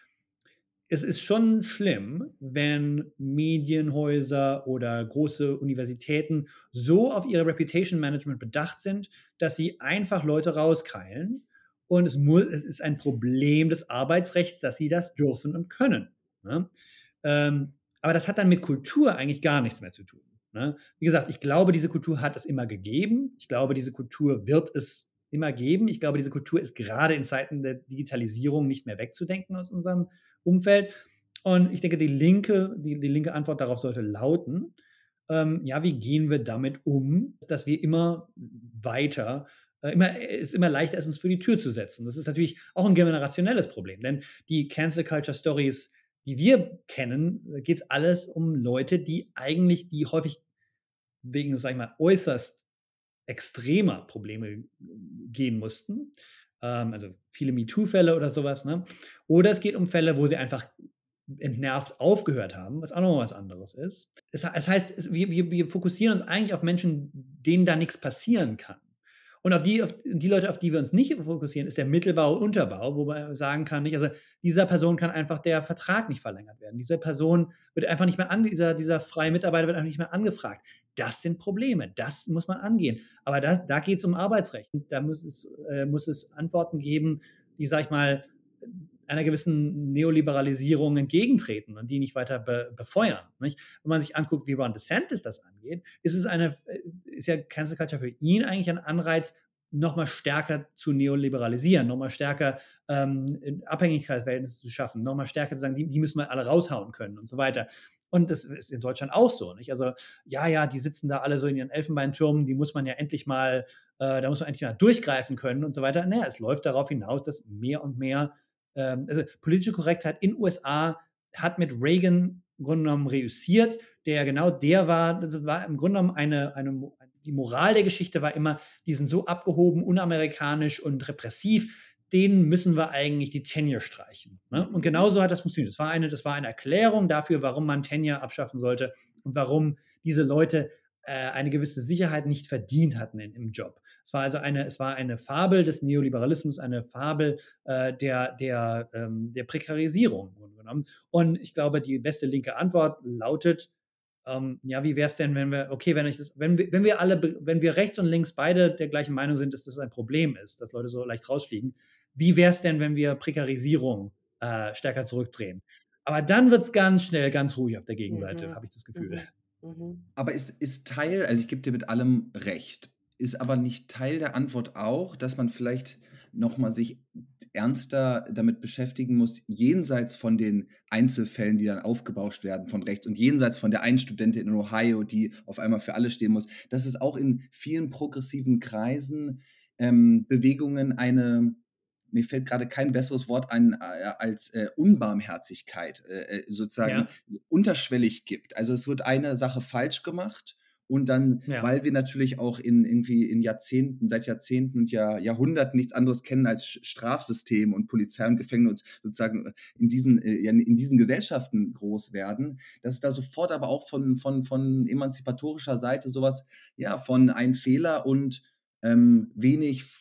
es ist schon schlimm, wenn Medienhäuser oder große Universitäten so auf ihre Reputation Management bedacht sind, dass sie einfach Leute rauskeilen. Und es, muss, es ist ein Problem des Arbeitsrechts, dass sie das dürfen und können. Ne? Ähm, aber das hat dann mit Kultur eigentlich gar nichts mehr zu tun. Ne? Wie gesagt, ich glaube, diese Kultur hat es immer gegeben. Ich glaube, diese Kultur wird es immer geben. Ich glaube, diese Kultur ist gerade in Zeiten der Digitalisierung nicht mehr wegzudenken aus unserem Umfeld. Und ich denke, die linke, die, die linke Antwort darauf sollte lauten, ähm, ja, wie gehen wir damit um, dass wir immer weiter, äh, immer, es immer leichter ist, uns für die Tür zu setzen. Das ist natürlich auch ein generationelles Problem, denn die Cancel Culture Stories, die wir kennen, geht es alles um Leute, die eigentlich, die häufig wegen, sag ich mal, äußerst extremer Probleme gehen mussten. Ähm, also viele MeToo-Fälle oder sowas. Ne? Oder es geht um Fälle, wo sie einfach entnervt aufgehört haben, was auch noch was anderes ist. Es, es heißt, es, wir, wir, wir fokussieren uns eigentlich auf Menschen, denen da nichts passieren kann. Und auf die, auf die Leute, auf die wir uns nicht fokussieren, ist der Mittelbau und Unterbau, wo man sagen kann, nicht, also dieser Person kann einfach der Vertrag nicht verlängert werden. Diese Person wird einfach nicht mehr ange, dieser, dieser freie Mitarbeiter wird einfach nicht mehr angefragt. Das sind Probleme, das muss man angehen. Aber das, da geht es um Arbeitsrecht. Da muss es, äh, muss es Antworten geben, die, sag ich mal, einer gewissen Neoliberalisierung entgegentreten und die nicht weiter be- befeuern. Nicht? Wenn man sich anguckt, wie Ron DeSantis das angeht, ist es eine, ist ja Cancel Culture für ihn eigentlich ein Anreiz, nochmal stärker zu neoliberalisieren, nochmal stärker ähm, Abhängigkeitsverhältnisse zu schaffen, nochmal stärker zu sagen, die, die müssen wir alle raushauen können und so weiter. Und das ist in Deutschland auch so. Nicht? Also, ja, ja, die sitzen da alle so in ihren Elfenbeintürmen, die muss man ja endlich mal, äh, da muss man endlich mal durchgreifen können und so weiter. Naja, es läuft darauf hinaus, dass mehr und mehr also politische Korrektheit in den U S A hat mit Reagan im Grunde genommen reüssiert, der genau der war, das war im Grunde genommen eine, eine, die Moral der Geschichte war immer, die sind so abgehoben, unamerikanisch und repressiv, denen müssen wir eigentlich die Tenure streichen. Ne? Und genauso hat das funktioniert. Das war, eine, das war eine Erklärung dafür, warum man Tenure abschaffen sollte und warum diese Leute äh, eine gewisse Sicherheit nicht verdient hatten in, im Job. Es war also eine, es war eine Fabel des Neoliberalismus, eine Fabel äh, der, der, ähm, der Prekarisierung. Und ich glaube, die beste linke Antwort lautet, ähm, ja, wie wäre es denn, wenn wir, okay, wenn, ich das, wenn, wir, wenn wir alle, wenn wir rechts und links beide der gleichen Meinung sind, dass das ein Problem ist, dass Leute so leicht rausfliegen, wie wäre es denn, wenn wir Prekarisierung äh, stärker zurückdrehen? Aber dann wird es ganz schnell ganz ruhig auf der Gegenseite, Mhm. habe ich das Gefühl. Mhm. Mhm. Aber ist, ist Teil, also ich gebe dir mit allem recht, ist aber nicht Teil der Antwort auch, dass man vielleicht nochmal sich ernster damit beschäftigen muss, jenseits von den Einzelfällen, die dann aufgebauscht werden von rechts und jenseits von der einen Studentin in Ohio, die auf einmal für alle stehen muss, dass es auch in vielen progressiven Kreisen ähm, Bewegungen eine, mir fällt gerade kein besseres Wort ein äh, als äh, Unbarmherzigkeit äh, sozusagen ja. unterschwellig gibt. Also es wird eine Sache falsch gemacht und dann, ja. weil wir natürlich auch in irgendwie in Jahrzehnten, seit Jahrzehnten und Jahr, Jahrhunderten nichts anderes kennen als Strafsystem und Polizei und Gefängnis sozusagen in diesen, äh, in diesen Gesellschaften groß werden, dass es da sofort aber auch von, von, von emanzipatorischer Seite sowas, ja, von ein Fehler und ähm, wenig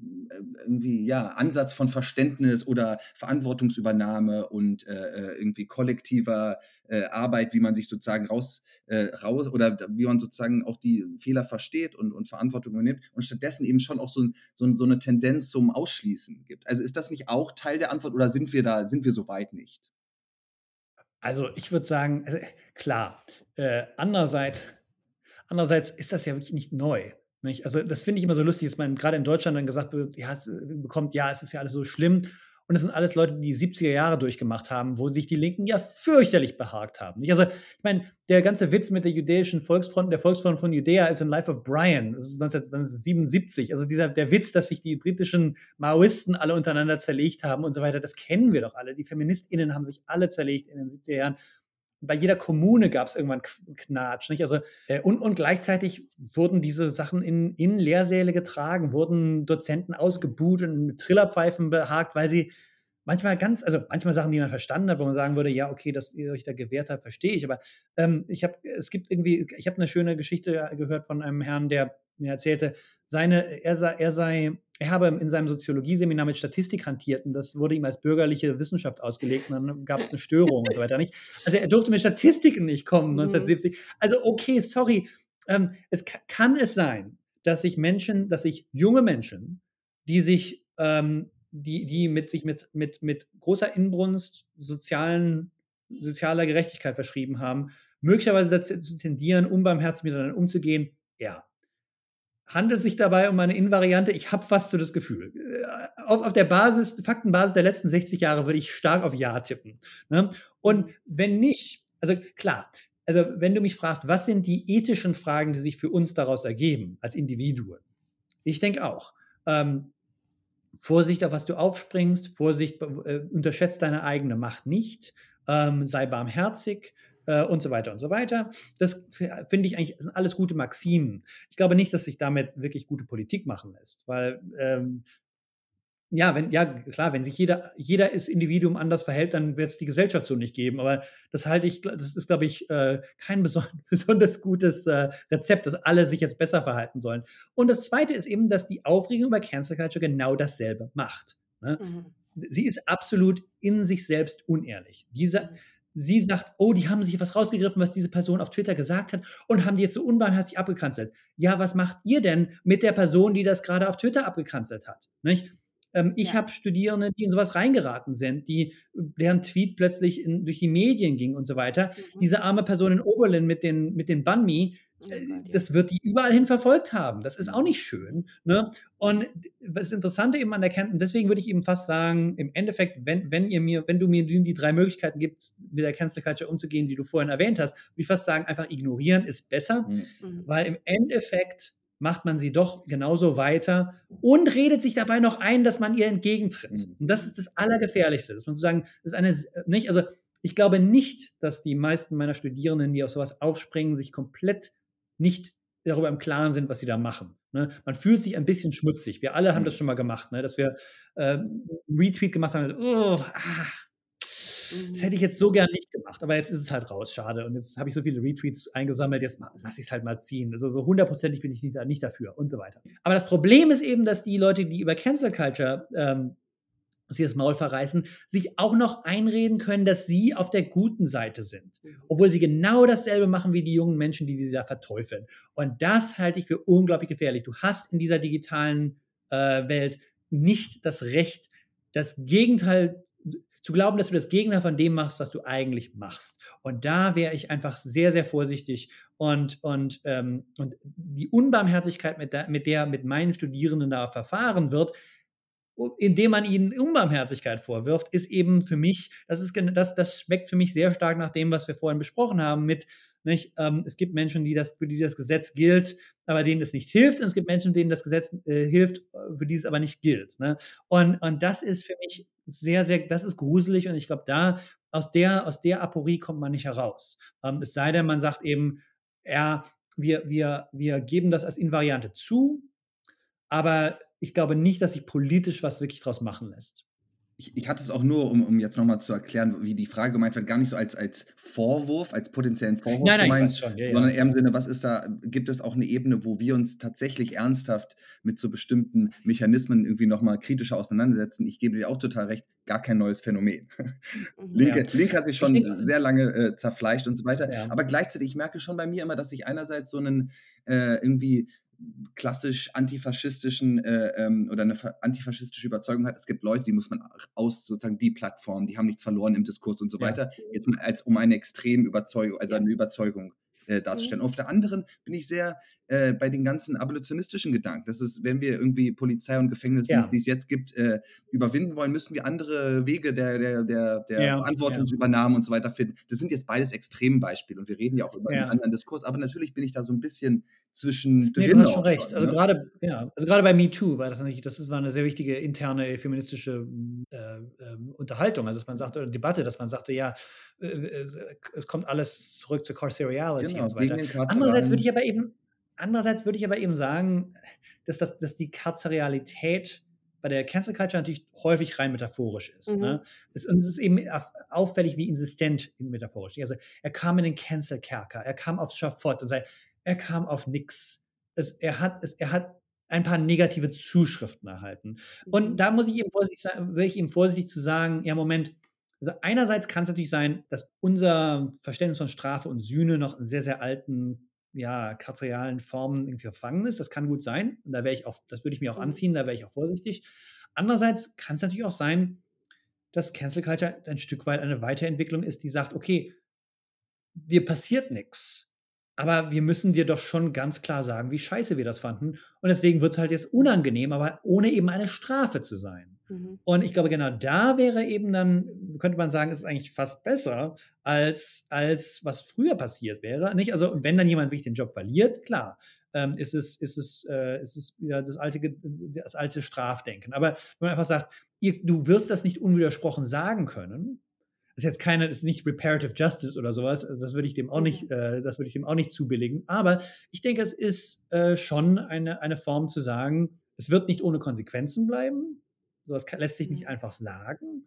irgendwie, ja, Ansatz von Verständnis oder Verantwortungsübernahme und äh, irgendwie kollektiver äh, Arbeit, wie man sich sozusagen raus, äh, raus oder wie man sozusagen auch die Fehler versteht und, und Verantwortung übernimmt und stattdessen eben schon auch so, ein, so, ein, so eine Tendenz zum Ausschließen gibt. Also ist das nicht auch Teil der Antwort oder sind wir da, sind wir so weit nicht? Also, ich würde sagen, also, klar, äh, andererseits andererseits ist das ja wirklich nicht neu, nicht? Also, das finde ich immer so lustig, dass man grade in Deutschland dann gesagt wird, ja, es, äh, bekommt: „Ja, es ist ja alles so schlimm.“ Und das sind alles Leute, die die siebziger Jahre durchgemacht haben, wo sich die Linken ja fürchterlich behagt haben, nicht? Also, ich meine, der ganze Witz mit der jüdischen Volksfront der Volksfront von Judäa ist in Life of Brian. Das ist neunzehnhundertsiebenundsiebzig. Also, dieser der Witz, dass sich die britischen Maoisten alle untereinander zerlegt haben und so weiter, das kennen wir doch alle. Die FeministInnen haben sich alle zerlegt in den siebziger Jahren. Bei jeder Kommune gab es irgendwann Knatsch, nicht? Also, äh, und, und gleichzeitig wurden diese Sachen in, in Lehrsäle getragen, wurden Dozenten ausgebuht und mit Trillerpfeifen behagt, weil sie manchmal ganz, also manchmal Sachen, die man verstanden hat, wo man sagen würde, ja, okay, dass ihr euch da gewehrt habt, verstehe ich, aber ähm, ich habe, es gibt irgendwie, ich habe eine schöne Geschichte gehört von einem Herrn, der mir erzählte, seine, er sei, er sei, er habe in seinem Soziologieseminar mit Statistik hantiert und das wurde ihm als bürgerliche Wissenschaft ausgelegt und dann gab es eine Störung und so weiter, nicht? Also er durfte mit Statistiken nicht kommen Mhm. neunzehnhundertsiebzig. Also okay, sorry, ähm, es ka- kann es sein, dass sich Menschen, dass sich junge Menschen, die sich, ähm, die, die mit sich mit, mit, mit großer Inbrunst sozialen, sozialer Gerechtigkeit verschrieben haben, möglicherweise dazu tendieren, unbarmherzig miteinander umzugehen. Ja, handelt sich dabei um eine Invariante? Ich habe fast so das Gefühl. Äh, Auf, auf der Basis, Faktenbasis der letzten sechzig Jahre würde ich stark auf Ja tippen. Ne? Und wenn nicht, also klar, also wenn du mich fragst, was sind die ethischen Fragen, die sich für uns daraus ergeben als Individuen? Ich denke auch. Ähm, Vorsicht, auf was du aufspringst, Vorsicht, äh, unterschätzt deine eigene Macht nicht, ähm, sei barmherzig äh, und so weiter und so weiter. Das finde ich eigentlich, sind alles gute Maximen. Ich glaube nicht, dass sich damit wirklich gute Politik machen lässt, weil ähm, ja, wenn, ja, klar, wenn sich jeder, jeder ist Individuum anders verhält, dann wird es die Gesellschaft so nicht geben. Aber das halte ich, das ist, glaube ich, äh, kein beson besonders gutes äh, Rezept, dass alle sich jetzt besser verhalten sollen. Und das Zweite ist eben, dass die Aufregung über Cancel Culture genau dasselbe macht. Ne? Mhm. Sie ist absolut in sich selbst unehrlich. Diese, Mhm. sie sagt, oh, die haben sich was rausgegriffen, was diese Person auf Twitter gesagt hat und haben die jetzt so unbarmherzig abgekanzelt. Ja, was macht ihr denn mit der Person, die das gerade auf Twitter abgekanzelt hat? Nicht? Ähm, ich Ja. habe Studierende, die in sowas reingeraten sind, die, deren Tweet plötzlich in, durch die Medien ging und so weiter. Mhm. Diese arme Person in Oberlin mit den, mit den Banmi, Oh äh, Gott, ja. das wird die überall hin verfolgt haben. Das ist auch nicht schön. Ne? Und das Interessante eben an der Cancel, und deswegen würde ich eben fast sagen, im Endeffekt, wenn, wenn ihr mir, wenn du mir die drei Möglichkeiten gibst, mit der Cancel Culture umzugehen, die du vorhin erwähnt hast, würde ich fast sagen, einfach ignorieren ist besser, Mhm. weil im Endeffekt macht man sie doch genauso weiter und redet sich dabei noch ein, dass man ihr entgegentritt. Mhm. Und das ist das Allergefährlichste, dass man sozusagen, das ist eine, nicht, also ich glaube nicht, dass die meisten meiner Studierenden, die auf sowas aufspringen, sich komplett nicht darüber im Klaren sind, was sie da machen. Ne? Man fühlt sich ein bisschen schmutzig. Wir alle haben das schon mal gemacht, ne? Dass wir äh, einen Retweet gemacht haben. Oh, ah, das hätte ich jetzt so gern nicht gemacht, aber jetzt ist es halt raus, schade. Und jetzt habe ich so viele Retweets eingesammelt, jetzt lasse ich es halt mal ziehen. Also so hundertprozentig bin ich nicht, nicht dafür und so weiter. Aber das Problem ist eben, dass die Leute, die über Cancel Culture ähm, sich das Maul verreißen, sich auch noch einreden können, dass sie auf der guten Seite sind. Obwohl sie genau dasselbe machen wie die jungen Menschen, die diese ja verteufeln. Und das halte ich für unglaublich gefährlich. Du hast in dieser digitalen äh, Welt nicht das Recht, das Gegenteil zu glauben, dass du das Gegenteil von dem machst, was du eigentlich machst. Und da wäre ich einfach sehr, sehr vorsichtig und, und, ähm, und die Unbarmherzigkeit, mit der, mit der mit meinen Studierenden da verfahren wird, indem man ihnen Unbarmherzigkeit vorwirft, ist eben für mich, das ist das, das schmeckt für mich sehr stark nach dem, was wir vorhin besprochen haben, mit, nicht, ähm, es gibt Menschen, die das, für die das Gesetz gilt, aber denen es nicht hilft, und es gibt Menschen, denen das Gesetz äh, hilft, für die es aber nicht gilt. Ne? Und, und das ist für mich sehr, sehr, das ist gruselig, und ich glaube, da, aus der, aus der Aporie kommt man nicht heraus. Ähm, es sei denn, man sagt eben, ja, wir, wir, wir geben das als Invariante zu, aber ich glaube nicht, dass sich politisch was wirklich draus machen lässt. Ich, ich hatte es auch nur, um, um jetzt nochmal zu erklären, wie die Frage gemeint wird, gar nicht so als, als Vorwurf, als potenziellen Vorwurf Nein, nein, ich weiß gemeint, schon, ja, sondern ja. eher im Sinne, was ist da, gibt es auch eine Ebene, wo wir uns tatsächlich ernsthaft mit so bestimmten Mechanismen irgendwie nochmal kritischer auseinandersetzen? Ich gebe dir auch total recht, gar kein neues Phänomen. Mhm. Linke, Ja. Linke hat sich Ich schon denke, sehr lange äh, zerfleischt und so weiter. ja. Aber gleichzeitig, ich merke schon bei mir immer, dass ich einerseits so einen äh, irgendwie klassisch antifaschistischen äh, ähm, oder eine fa- antifaschistische Überzeugung hat. Es gibt Leute, die muss man aus sozusagen die Plattform, die haben nichts verloren im Diskurs und so Ja. weiter, jetzt mal als um eine extrem Überzeugung, also Ja. eine Überzeugung äh, darzustellen. Mhm. Auf der anderen bin ich sehr äh, bei den ganzen abolitionistischen Gedanken. Das ist, wenn wir irgendwie Polizei und Gefängnis, wie Ja. es es jetzt gibt, äh, überwinden wollen, müssen wir andere Wege der, der, der, der Ja, ja. Verantwortungsübernahme und so weiter finden. Das sind jetzt beides Extrembeispiele und wir reden ja auch über einen Ja. anderen Diskurs, aber natürlich bin ich da so ein bisschen zwischen Nee, du drin hast schon auch recht. schon. Also Ne? gerade, ja, also gerade bei MeToo war das natürlich, das ist, war eine sehr wichtige interne feministische äh, ähm, Unterhaltung, also dass man sagte, oder Debatte, dass man sagte, ja, äh, äh, es kommt alles zurück zur Carcerality Genau, und so gegen weiter. den Andererseits würde Karzeralen. ich aber eben, andererseits würde ich aber eben sagen, dass, das, dass die Karzerialität bei der Cancel Culture natürlich häufig rein metaphorisch ist. Mhm. Ne? Es, und es ist eben auf- auffällig, wie insistent metaphorisch. Also er kam in den Cancel-Kerker, er kam aufs Schafott und sei, er kam auf nix. Es, er, hat, es, er hat ein paar negative Zuschriften erhalten. Und Mhm. da muss ich ihm vorsichtig sein, will ich ihm vorsichtig zu sagen, ja, Moment, also einerseits kann es natürlich sein, dass unser Verständnis von Strafe und Sühne noch in sehr, sehr alten, ja, karzerialen Formen irgendwie verfangen ist. Das kann gut sein. Und da wäre ich auch, das würde ich mir auch Mhm. anziehen, da wäre ich auch vorsichtig. Andererseits kann es natürlich auch sein, dass Cancel Culture ein Stück weit eine Weiterentwicklung ist, die sagt, okay, dir passiert nichts, aber wir müssen dir doch schon ganz klar sagen, wie scheiße wir das fanden. Und deswegen wird es halt jetzt unangenehm, aber ohne eben eine Strafe zu sein. Mhm. Und ich glaube, genau da wäre eben dann, könnte man sagen, ist es eigentlich fast besser, als, als was früher passiert wäre. Nicht? Also, wenn dann jemand wirklich den Job verliert, klar, ähm, ist, es, ist, es, äh, ist es wieder das alte, Ge- das alte Strafdenken. Aber wenn man einfach sagt, ihr, du wirst das nicht unwidersprochen sagen können, ist jetzt keine, ist nicht Reparative Justice oder sowas. Also das würde ich dem auch Mhm. nicht, äh, das würde ich dem auch nicht zubilligen. Aber ich denke, es ist äh, schon eine, eine Form zu sagen, es wird nicht ohne Konsequenzen bleiben. Sowas kann, lässt sich nicht Mhm. einfach sagen.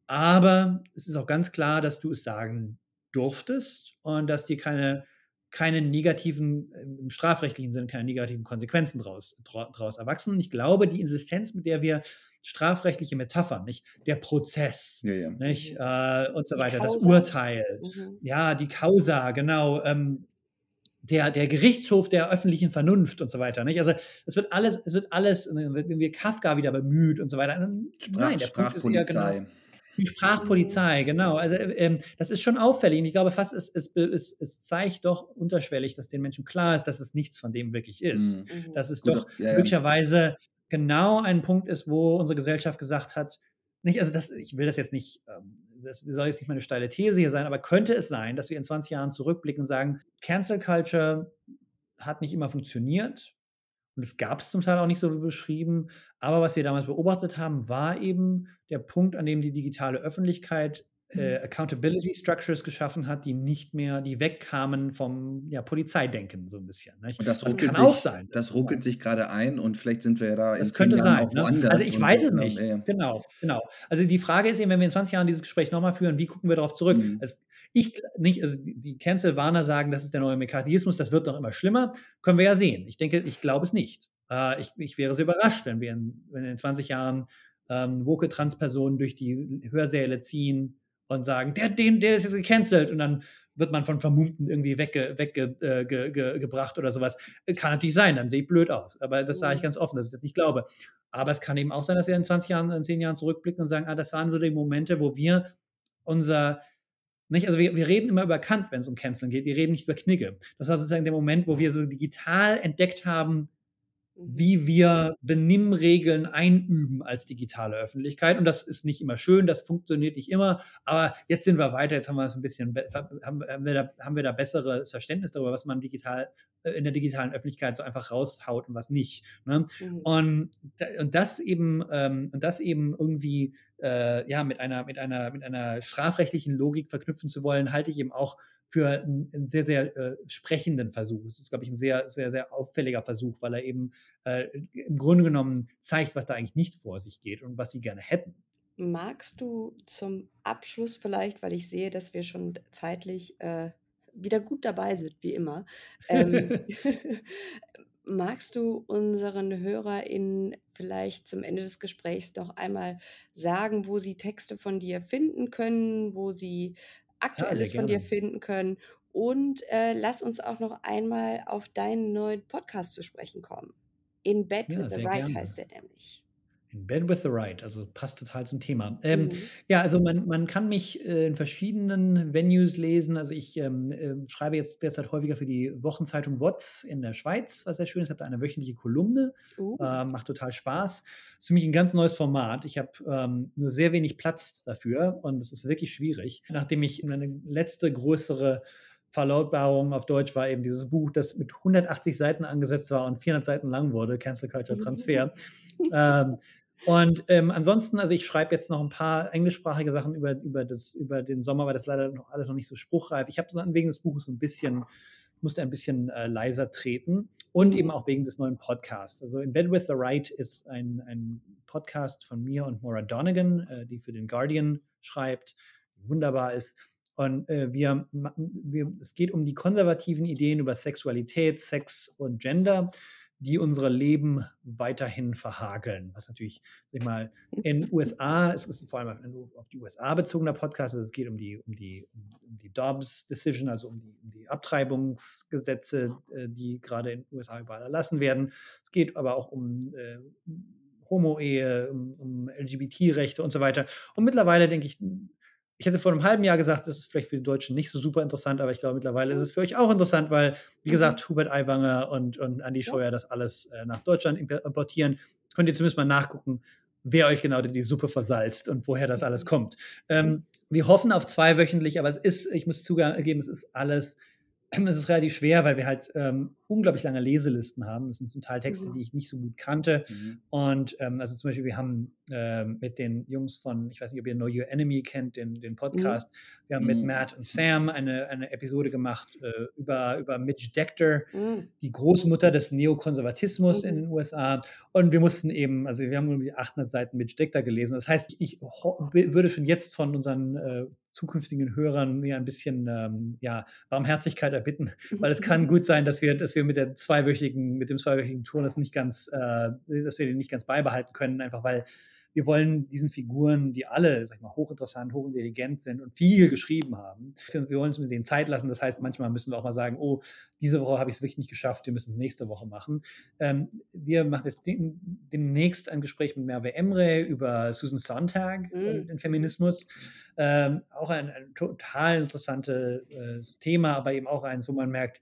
Aber es ist auch ganz klar, dass du es sagen durftest und dass dir keine, keine negativen, im strafrechtlichen Sinne keine negativen Konsequenzen daraus draus erwachsen. Und ich glaube, die Insistenz, mit der wir strafrechtliche Metaphern, nicht der Prozess, Ja, ja. nicht Mhm. äh, und so Die weiter, das Causa. Urteil, Mhm. ja, die Causa, genau, ähm, der, der Gerichtshof der öffentlichen Vernunft und so weiter, nicht? Also es wird alles, es wird alles, und dann wird irgendwie Kafka wieder bemüht und so weiter. Also, Sprach, nein, der Punkt ist eher genau Sprachpolizei. die Mhm. Sprachpolizei, genau. Also ähm, das ist schon auffällig. Und ich glaube fast, es, es, es, es zeigt doch unterschwellig, dass den Menschen klar ist, dass es nichts von dem wirklich ist. Hm. Mhm. Dass es Gut, doch ja, ja. möglicherweise genau ein Punkt ist, wo unsere Gesellschaft gesagt hat, nicht, also das, ich will das jetzt nicht, ähm, das soll jetzt nicht meine steile These hier sein, aber könnte es sein, dass wir in zwanzig Jahren zurückblicken und sagen, Cancel Culture hat nicht immer funktioniert und es gab es zum Teil auch nicht so wie beschrieben. Aber was wir damals beobachtet haben, war eben der Punkt, an dem die digitale Öffentlichkeit äh, Accountability Structures geschaffen hat, die nicht mehr, die wegkamen vom ja, Polizeidenken so ein bisschen. Nicht? Und das Das ruckelt kann auch sich, sein. das ruckelt sich gerade ein und vielleicht sind wir ja da in Das zehn könnte Jahren sein. auch Ne? woanders. Also ich und, weiß es genau, nicht. ja, ja. Genau, genau. Also die Frage ist eben, wenn wir in zwanzig Jahren dieses Gespräch nochmal führen, wie gucken wir darauf zurück? Mhm. Es, ich nicht, also die die Cancel-Warner sagen, das ist der neue McCarthyismus, das wird noch immer schlimmer. Können wir ja sehen. Ich denke, ich glaube es nicht. Äh, ich, ich wäre so überrascht, wenn wir in, wenn in zwanzig Jahren ähm, woke Transpersonen durch die Hörsäle ziehen und sagen, der, den, der ist jetzt gecancelt und dann wird man von Vermummten irgendwie weggebracht wegge, äh, ge, ge, gebracht oder sowas. Kann natürlich sein, dann sehe ich blöd aus. Aber das sage ich Mhm. ganz offen, dass ich das nicht glaube. Aber es kann eben auch sein, dass wir in zwanzig Jahren, in zehn Jahren zurückblicken und sagen, ah, das waren so die Momente, wo wir unser, nicht, also wir, wir reden immer über Kant, wenn es um Canceln geht, wir reden nicht über Knigge. Das war sozusagen der Moment, wo wir so digital entdeckt haben, Mhm. wie wir Benimmregeln einüben als digitale Öffentlichkeit. Und das ist nicht immer schön, das funktioniert nicht immer, aber jetzt sind wir weiter, jetzt haben wir es ein bisschen, be- haben, haben, wir da, haben wir da besseres Verständnis darüber, was man digital, äh, in der digitalen Öffentlichkeit so einfach raushaut und was nicht. Ne? Mhm. Und, da- und das eben, ähm, und das eben irgendwie äh, ja, mit einer, mit einer, mit einer strafrechtlichen Logik verknüpfen zu wollen, halte ich eben auch für einen, einen sehr, sehr äh, sprechenden Versuch. Es ist, glaube ich, ein sehr, sehr, sehr auffälliger Versuch, weil er eben äh, im Grunde genommen zeigt, was da eigentlich nicht vor sich geht und was sie gerne hätten. Magst du zum Abschluss vielleicht, weil ich sehe, dass wir schon zeitlich äh, wieder gut dabei sind, wie immer, ähm, magst du unseren HörerInnen vielleicht zum Ende des Gesprächs noch einmal sagen, wo sie Texte von dir finden können, wo sie Ja, sehr Aktuelles von dir gerne. finden können? Und äh, lass uns auch noch einmal auf deinen neuen Podcast zu sprechen kommen. In Bed with Ja, the sehr Right gerne. heißt er nämlich. In Bed with the Right, also passt total zum Thema. Ähm, Mhm. ja, also man, man kann mich äh, in verschiedenen Venues lesen. Also ich ähm, äh, schreibe jetzt derzeit häufiger für die Wochenzeitung W O Z in der Schweiz, was sehr schön ist. Ich habe da eine wöchentliche Kolumne, Uh. äh, macht total Spaß. Das ist für mich ein ganz neues Format. Ich habe ähm, nur sehr wenig Platz dafür und es ist wirklich schwierig. Nachdem ich meine letzte größere Verlautbarung auf Deutsch war eben dieses Buch, das mit hundertachtzig Seiten angesetzt war und vierhundert Seiten lang wurde, Cancel Culture Transfer. ähm, und ähm, ansonsten, also ich schreibe jetzt noch ein paar englischsprachige Sachen über, über, das, über den Sommer, weil das leider noch alles noch nicht so spruchreif. Ich habe so wegen des Buches so ein bisschen, musste ein bisschen äh, leiser treten und Mhm. eben auch wegen des neuen Podcasts. Also In Bed with the Right ist ein, ein Podcast von mir und Maura Donegan, äh, die für den Guardian schreibt, die wunderbar ist. Und äh, wir, wir, es geht um die konservativen Ideen über Sexualität, Sex und Gender, die unsere Leben weiterhin verhageln. Was natürlich, sag ich mal, in den U S A, es ist vor allem auf die U S A bezogener Podcast, also es geht um die, um die, um die Dobbs Decision, also um die, um die Abtreibungsgesetze, äh, die gerade in den U S A überall erlassen werden. Es geht aber auch um äh, Homo-Ehe, um, um L G B T-Rechte und so weiter. Und mittlerweile denke ich, ich hätte vor einem halben Jahr gesagt, das ist vielleicht für die Deutschen nicht so super interessant, aber ich glaube, mittlerweile ist es für euch auch interessant, weil, wie gesagt, mhm. Hubert Aiwanger und, und Andi Scheuer ja. das alles äh, nach Deutschland importieren. Könnt ihr zumindest mal nachgucken, wer euch genau die Suppe versalzt und woher das alles kommt. Ähm, wir hoffen auf zweiwöchentlich, aber es ist, ich muss zugeben, es ist alles, es ist relativ schwer, weil wir halt ähm, unglaublich lange Leselisten haben. Das sind zum Teil Texte, mhm. die ich nicht so gut kannte. Mhm. Und ähm, also zum Beispiel, wir haben ähm, mit den Jungs von, ich weiß nicht, ob ihr Know Your Enemy kennt, den, den Podcast. Mhm. Wir haben mhm. mit Matt und Sam eine, eine Episode gemacht äh, über, über Mitch Decter, mhm. die Großmutter des Neokonservatismus mhm. in den U S A. Und wir mussten eben, also wir haben irgendwie achthundert Seiten Mitch Decter gelesen. Das heißt, ich würde schon jetzt von unseren äh, zukünftigen Hörern mir ein bisschen ähm, ja, Barmherzigkeit erbitten, weil es kann gut sein, dass wir, dass wir mit der zweiwöchigen, mit dem zweiwöchigen Turnus nicht ganz, äh, dass wir den nicht ganz beibehalten können, einfach weil wir wollen diesen Figuren, die alle, sag ich mal, hochinteressant, hochintelligent sind und viel geschrieben haben, wir wollen uns mit denen Zeit lassen. Das heißt, manchmal müssen wir auch mal sagen, oh, diese Woche habe ich es wirklich nicht geschafft, wir müssen es nächste Woche machen. Ähm, wir machen jetzt demnächst ein Gespräch mit Merve Emre über Susan Sontag, mhm. äh, den Feminismus. Ähm, auch ein, ein total interessantes äh, Thema, aber eben auch eins, wo man merkt,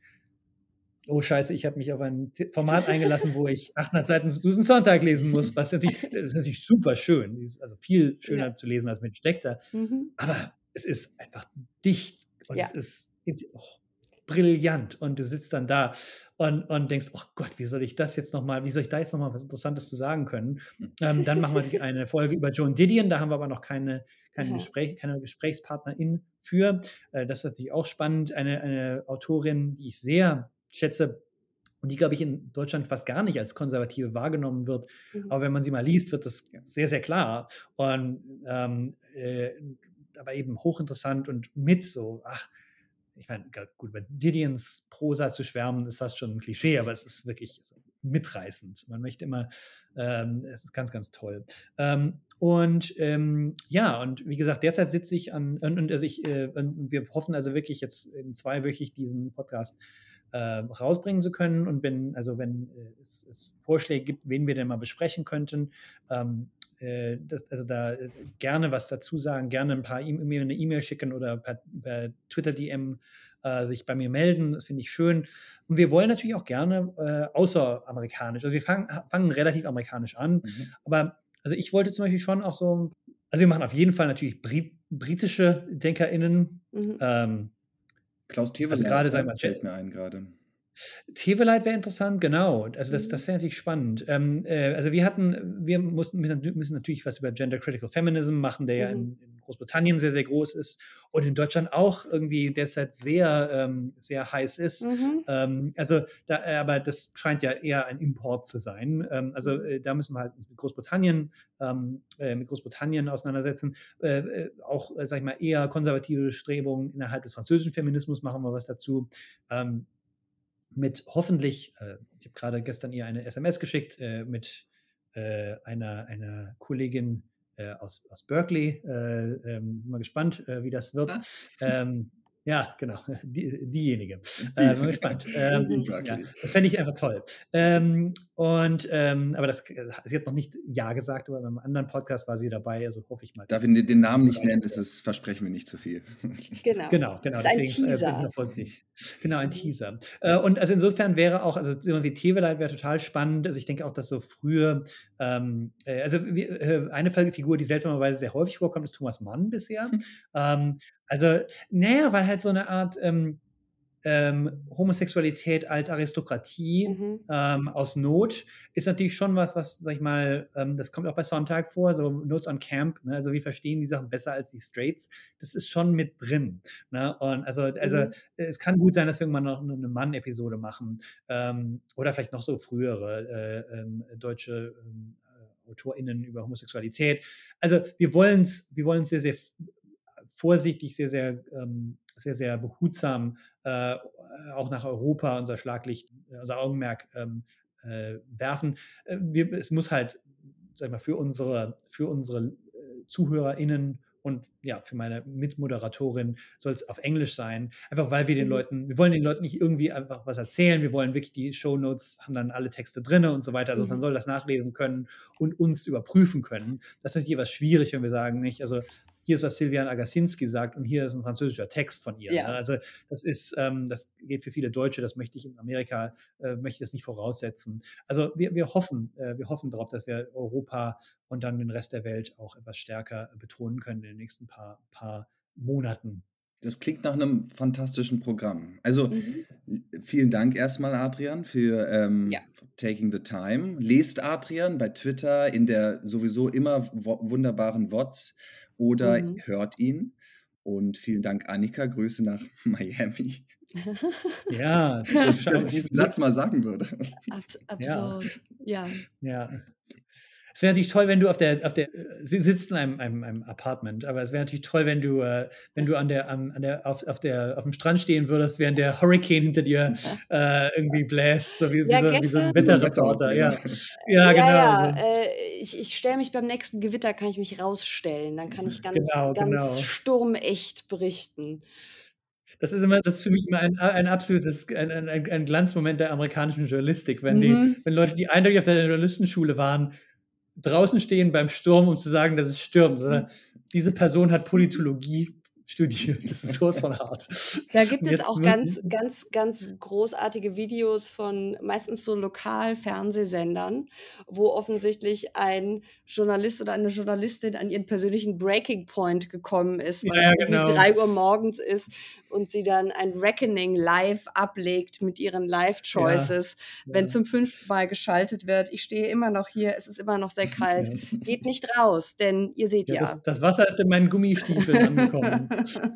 oh Scheiße, ich habe mich auf ein Format eingelassen, wo ich achthundert Seiten Susan Sontag lesen muss, was natürlich, das ist natürlich super schön, ist also viel schöner ja. zu lesen als mit Steckter, mhm. aber es ist einfach dicht und ja. es ist oh, brillant und du sitzt dann da und, und denkst, oh Gott, wie soll ich das jetzt nochmal, wie soll ich da jetzt nochmal was Interessantes zu sagen können? ähm, dann machen wir eine Folge über Joan Didion, da haben wir aber noch keine, keine, Gespräch, keine Gesprächspartnerin für. Äh, das ist natürlich auch spannend, eine, eine Autorin, die ich sehr schätze und die, glaube ich, in Deutschland fast gar nicht als Konservative wahrgenommen wird. Mhm. Aber wenn man sie mal liest, wird das sehr, sehr klar. Und ähm, äh, aber eben hochinteressant und mit so, ach, ich meine, gut, bei Didions Prosa zu schwärmen, ist fast schon ein Klischee, aber es ist wirklich mitreißend. Man möchte immer, ähm, es ist ganz, ganz toll. Ähm, und ähm, ja, und wie gesagt, derzeit sitze ich an, und, und also ich, äh, und wir hoffen also wirklich jetzt in zweiwöchig diesen Podcast äh, rausbringen zu können. Und wenn, also wenn äh, es, es Vorschläge gibt, wen wir denn mal besprechen könnten, ähm, äh, das, also da äh, gerne was dazu sagen, gerne ein paar e- mir eine E-Mail schicken oder per, per Twitter-D M äh, sich bei mir melden. Das finde ich schön. Und wir wollen natürlich auch gerne äh, außeramerikanisch. Also wir fangen, fangen relativ amerikanisch an, mhm. aber also ich wollte zum Beispiel schon auch so, also wir machen auf jeden Fall natürlich Brit- britische DenkerInnen. Mhm. Ähm, Klaus Teweleit also gerade, mal, fällt mir ein gerade. Teweleit wäre interessant, genau. Also das, das wäre natürlich spannend. Ähm, äh, also wir hatten, wir mussten, müssen natürlich was über Gender Critical Feminism machen, der mhm. ja in, in Großbritannien sehr, sehr groß ist und in Deutschland auch irgendwie derzeit sehr, ähm, sehr heiß ist. Mhm. Ähm, also, da, äh, aber das scheint ja eher ein Import zu sein. Ähm, also äh, da müssen wir halt mit Großbritannien, ähm, äh, mit Großbritannien auseinandersetzen. Äh, äh, auch, äh, sag ich mal, eher konservative Strebungen innerhalb des französischen Feminismus machen wir was dazu. Ähm, mit hoffentlich, äh, ich habe gerade gestern ihr eine S M S geschickt, äh, mit äh, einer, einer Kollegin äh, aus, aus Berkeley. Äh, ähm, bin mal gespannt, äh, wie das wird. Ah. Ähm, ja, genau, die, diejenige. Die. Äh, bin mal gespannt. Ähm, In ja, Berkeley. das fände ich einfach toll. Ähm, und, ähm, aber das, sie hat noch nicht Ja gesagt, aber beim anderen Podcast war sie dabei, also hoffe ich mal. Darf dass- ich dass den sie Namen nicht bereit nennen, ist. das ist, versprechen wir nicht zu viel. Genau. Genau, genau. Das ist ein Deswegen äh, bin ich Teaser. noch vorsichtig. Genau, ein Mhm. Teaser. Äh, und also insofern wäre auch, also jemand wie Teveleit wäre total spannend. Also ich denke auch, dass so früher, ähm, äh, also wir, äh, eine Figur, die seltsamerweise sehr häufig vorkommt, ist Thomas Mann bisher. ähm, also, naja, weil halt so eine Art ähm, ähm, Homosexualität als Aristokratie Mhm. ähm, aus Not ist natürlich schon was, was, sag ich mal, ähm, das kommt auch bei Sonntag vor, so Notes on Camp, ne? Also wir verstehen die Sachen besser als die Straights. Das ist schon mit drin. Ne? Und also, also Mhm. es kann gut sein, dass wir irgendwann noch eine Mann-Episode machen ähm, oder vielleicht noch so frühere äh, ähm, deutsche ähm, äh, AutorInnen über Homosexualität. Also wir wollen es wir wollen's sehr, sehr vorsichtig, sehr, sehr, ähm, sehr, sehr behutsam äh, auch nach Europa unser Schlaglicht, unser Augenmerk ähm, äh, werfen. Äh, wir, es muss halt, sag ich mal, für unsere, für unsere äh, ZuhörerInnen und ja, für meine Mitmoderatorin soll es auf Englisch sein. Einfach weil wir den Mhm. Leuten, wir wollen den Leuten nicht irgendwie einfach was erzählen, wir wollen wirklich die Shownotes, haben dann alle Texte drin und so weiter. Also Mhm. man soll das nachlesen können und uns überprüfen können. Das ist natürlich etwas schwierig, wenn wir sagen, nicht, also hier ist, was Sylviane Agacinski sagt und hier ist ein französischer Text von ihr. Ja. Ne? Also das ist, ähm, das geht für viele Deutsche, das möchte ich in Amerika, äh, möchte ich das nicht voraussetzen. Also wir, wir hoffen, äh, wir hoffen darauf, dass wir Europa und dann den Rest der Welt auch etwas stärker betonen können in den nächsten paar, paar Monaten. Das klingt nach einem fantastischen Programm. Also Mhm. vielen Dank erstmal, Adrian, für ähm, Ja. taking the time. Lest Adrian bei Twitter in der sowieso immer wo- wunderbaren V O Ds oder Mhm. hört ihn. Und vielen Dank, Annika. Grüße nach Miami. Ja, Dass ich schau- diesen Satz mal sagen würde. Abs Ja. absurd. Ja. Ja. Es wäre natürlich toll, wenn du auf der, auf der, sie sitzt in einem, einem, einem Apartment, aber es wäre natürlich toll, wenn du, äh, wenn du an der, an, an der, auf, auf der, auf dem Strand stehen würdest, während der Hurricane hinter dir äh, irgendwie bläst, so wie, Ja, wie, so, wie so ein gestern- Wie so ein Wetterreporter. Wetter- Ja, genau. ja, Ja, genau. ja, so. äh, ich, ich stelle mich beim nächsten Gewitter, kann ich mich rausstellen. Dann kann ich ganz, Genau, ganz genau. sturmecht berichten. Das ist immer, das ist für mich immer ein, ein absolutes, ein, ein, ein Glanzmoment der amerikanischen Journalistik, wenn die, Mhm. wenn Leute, die eindeutig auf der Journalistenschule waren, draußen stehen beim Sturm, um zu sagen, dass es stürmt. Sondern diese Person hat Politologie studiert. Das ist sowas von hart. Da gibt Und es jetzt auch muss- ganz, ganz, ganz großartige Videos von meistens so Lokalfernsehsendern, wo offensichtlich ein Journalist oder eine Journalistin an ihren persönlichen Breaking Point gekommen ist, weil Ja, ja, irgendwie genau. drei Uhr morgens ist und sie dann ein Reckoning live ablegt mit ihren Live-Choices, wenn ja. zum fünften Mal geschaltet wird. Ich stehe immer noch hier, es ist immer noch sehr kalt. Ja. Geht nicht raus, denn ihr seht Ja, ja. das, das Wasser ist in meinen Gummistiefeln angekommen.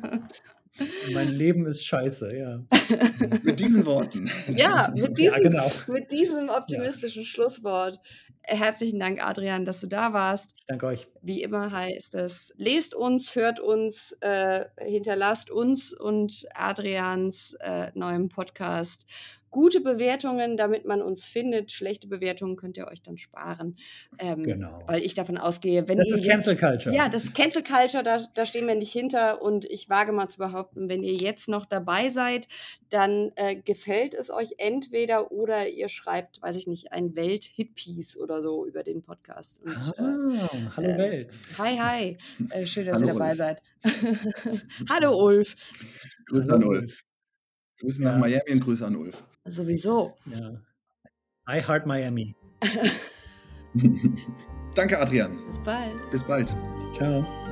Mein Leben ist scheiße, ja. Mit diesen Worten. Ja, mit Ja, diesem, genau. mit diesem optimistischen Schlusswort. Herzlichen Dank, Adrian, dass du da warst. Danke euch. Wie immer heißt es, lest uns, hört uns, äh, hinterlasst uns und Adrians äh, neuem Podcast gute Bewertungen, damit man uns findet. Schlechte Bewertungen könnt ihr euch dann sparen. Ähm, Genau. Weil ich davon ausgehe, wenn Das ihr ist Cancel jetzt, Culture. ja, das ist Cancel Culture, da, da stehen wir nicht hinter. Und ich wage mal zu behaupten, wenn ihr jetzt noch dabei seid, dann äh, gefällt es euch entweder oder ihr schreibt, weiß ich nicht, ein Welt-Hit-Piece oder so über den Podcast. Und, äh, Ah, hallo äh, Welt. Hi, hi. Äh, schön, dass Hallo, ihr dabei Ulf. seid. Hallo, Ulf. Grüße Hallo, an Ulf. Grüße Ja. nach Miami und Grüße an Ulf. Sowieso. Ja. I heart Miami. Danke, Adrian. Bis bald. Bis bald. Ciao.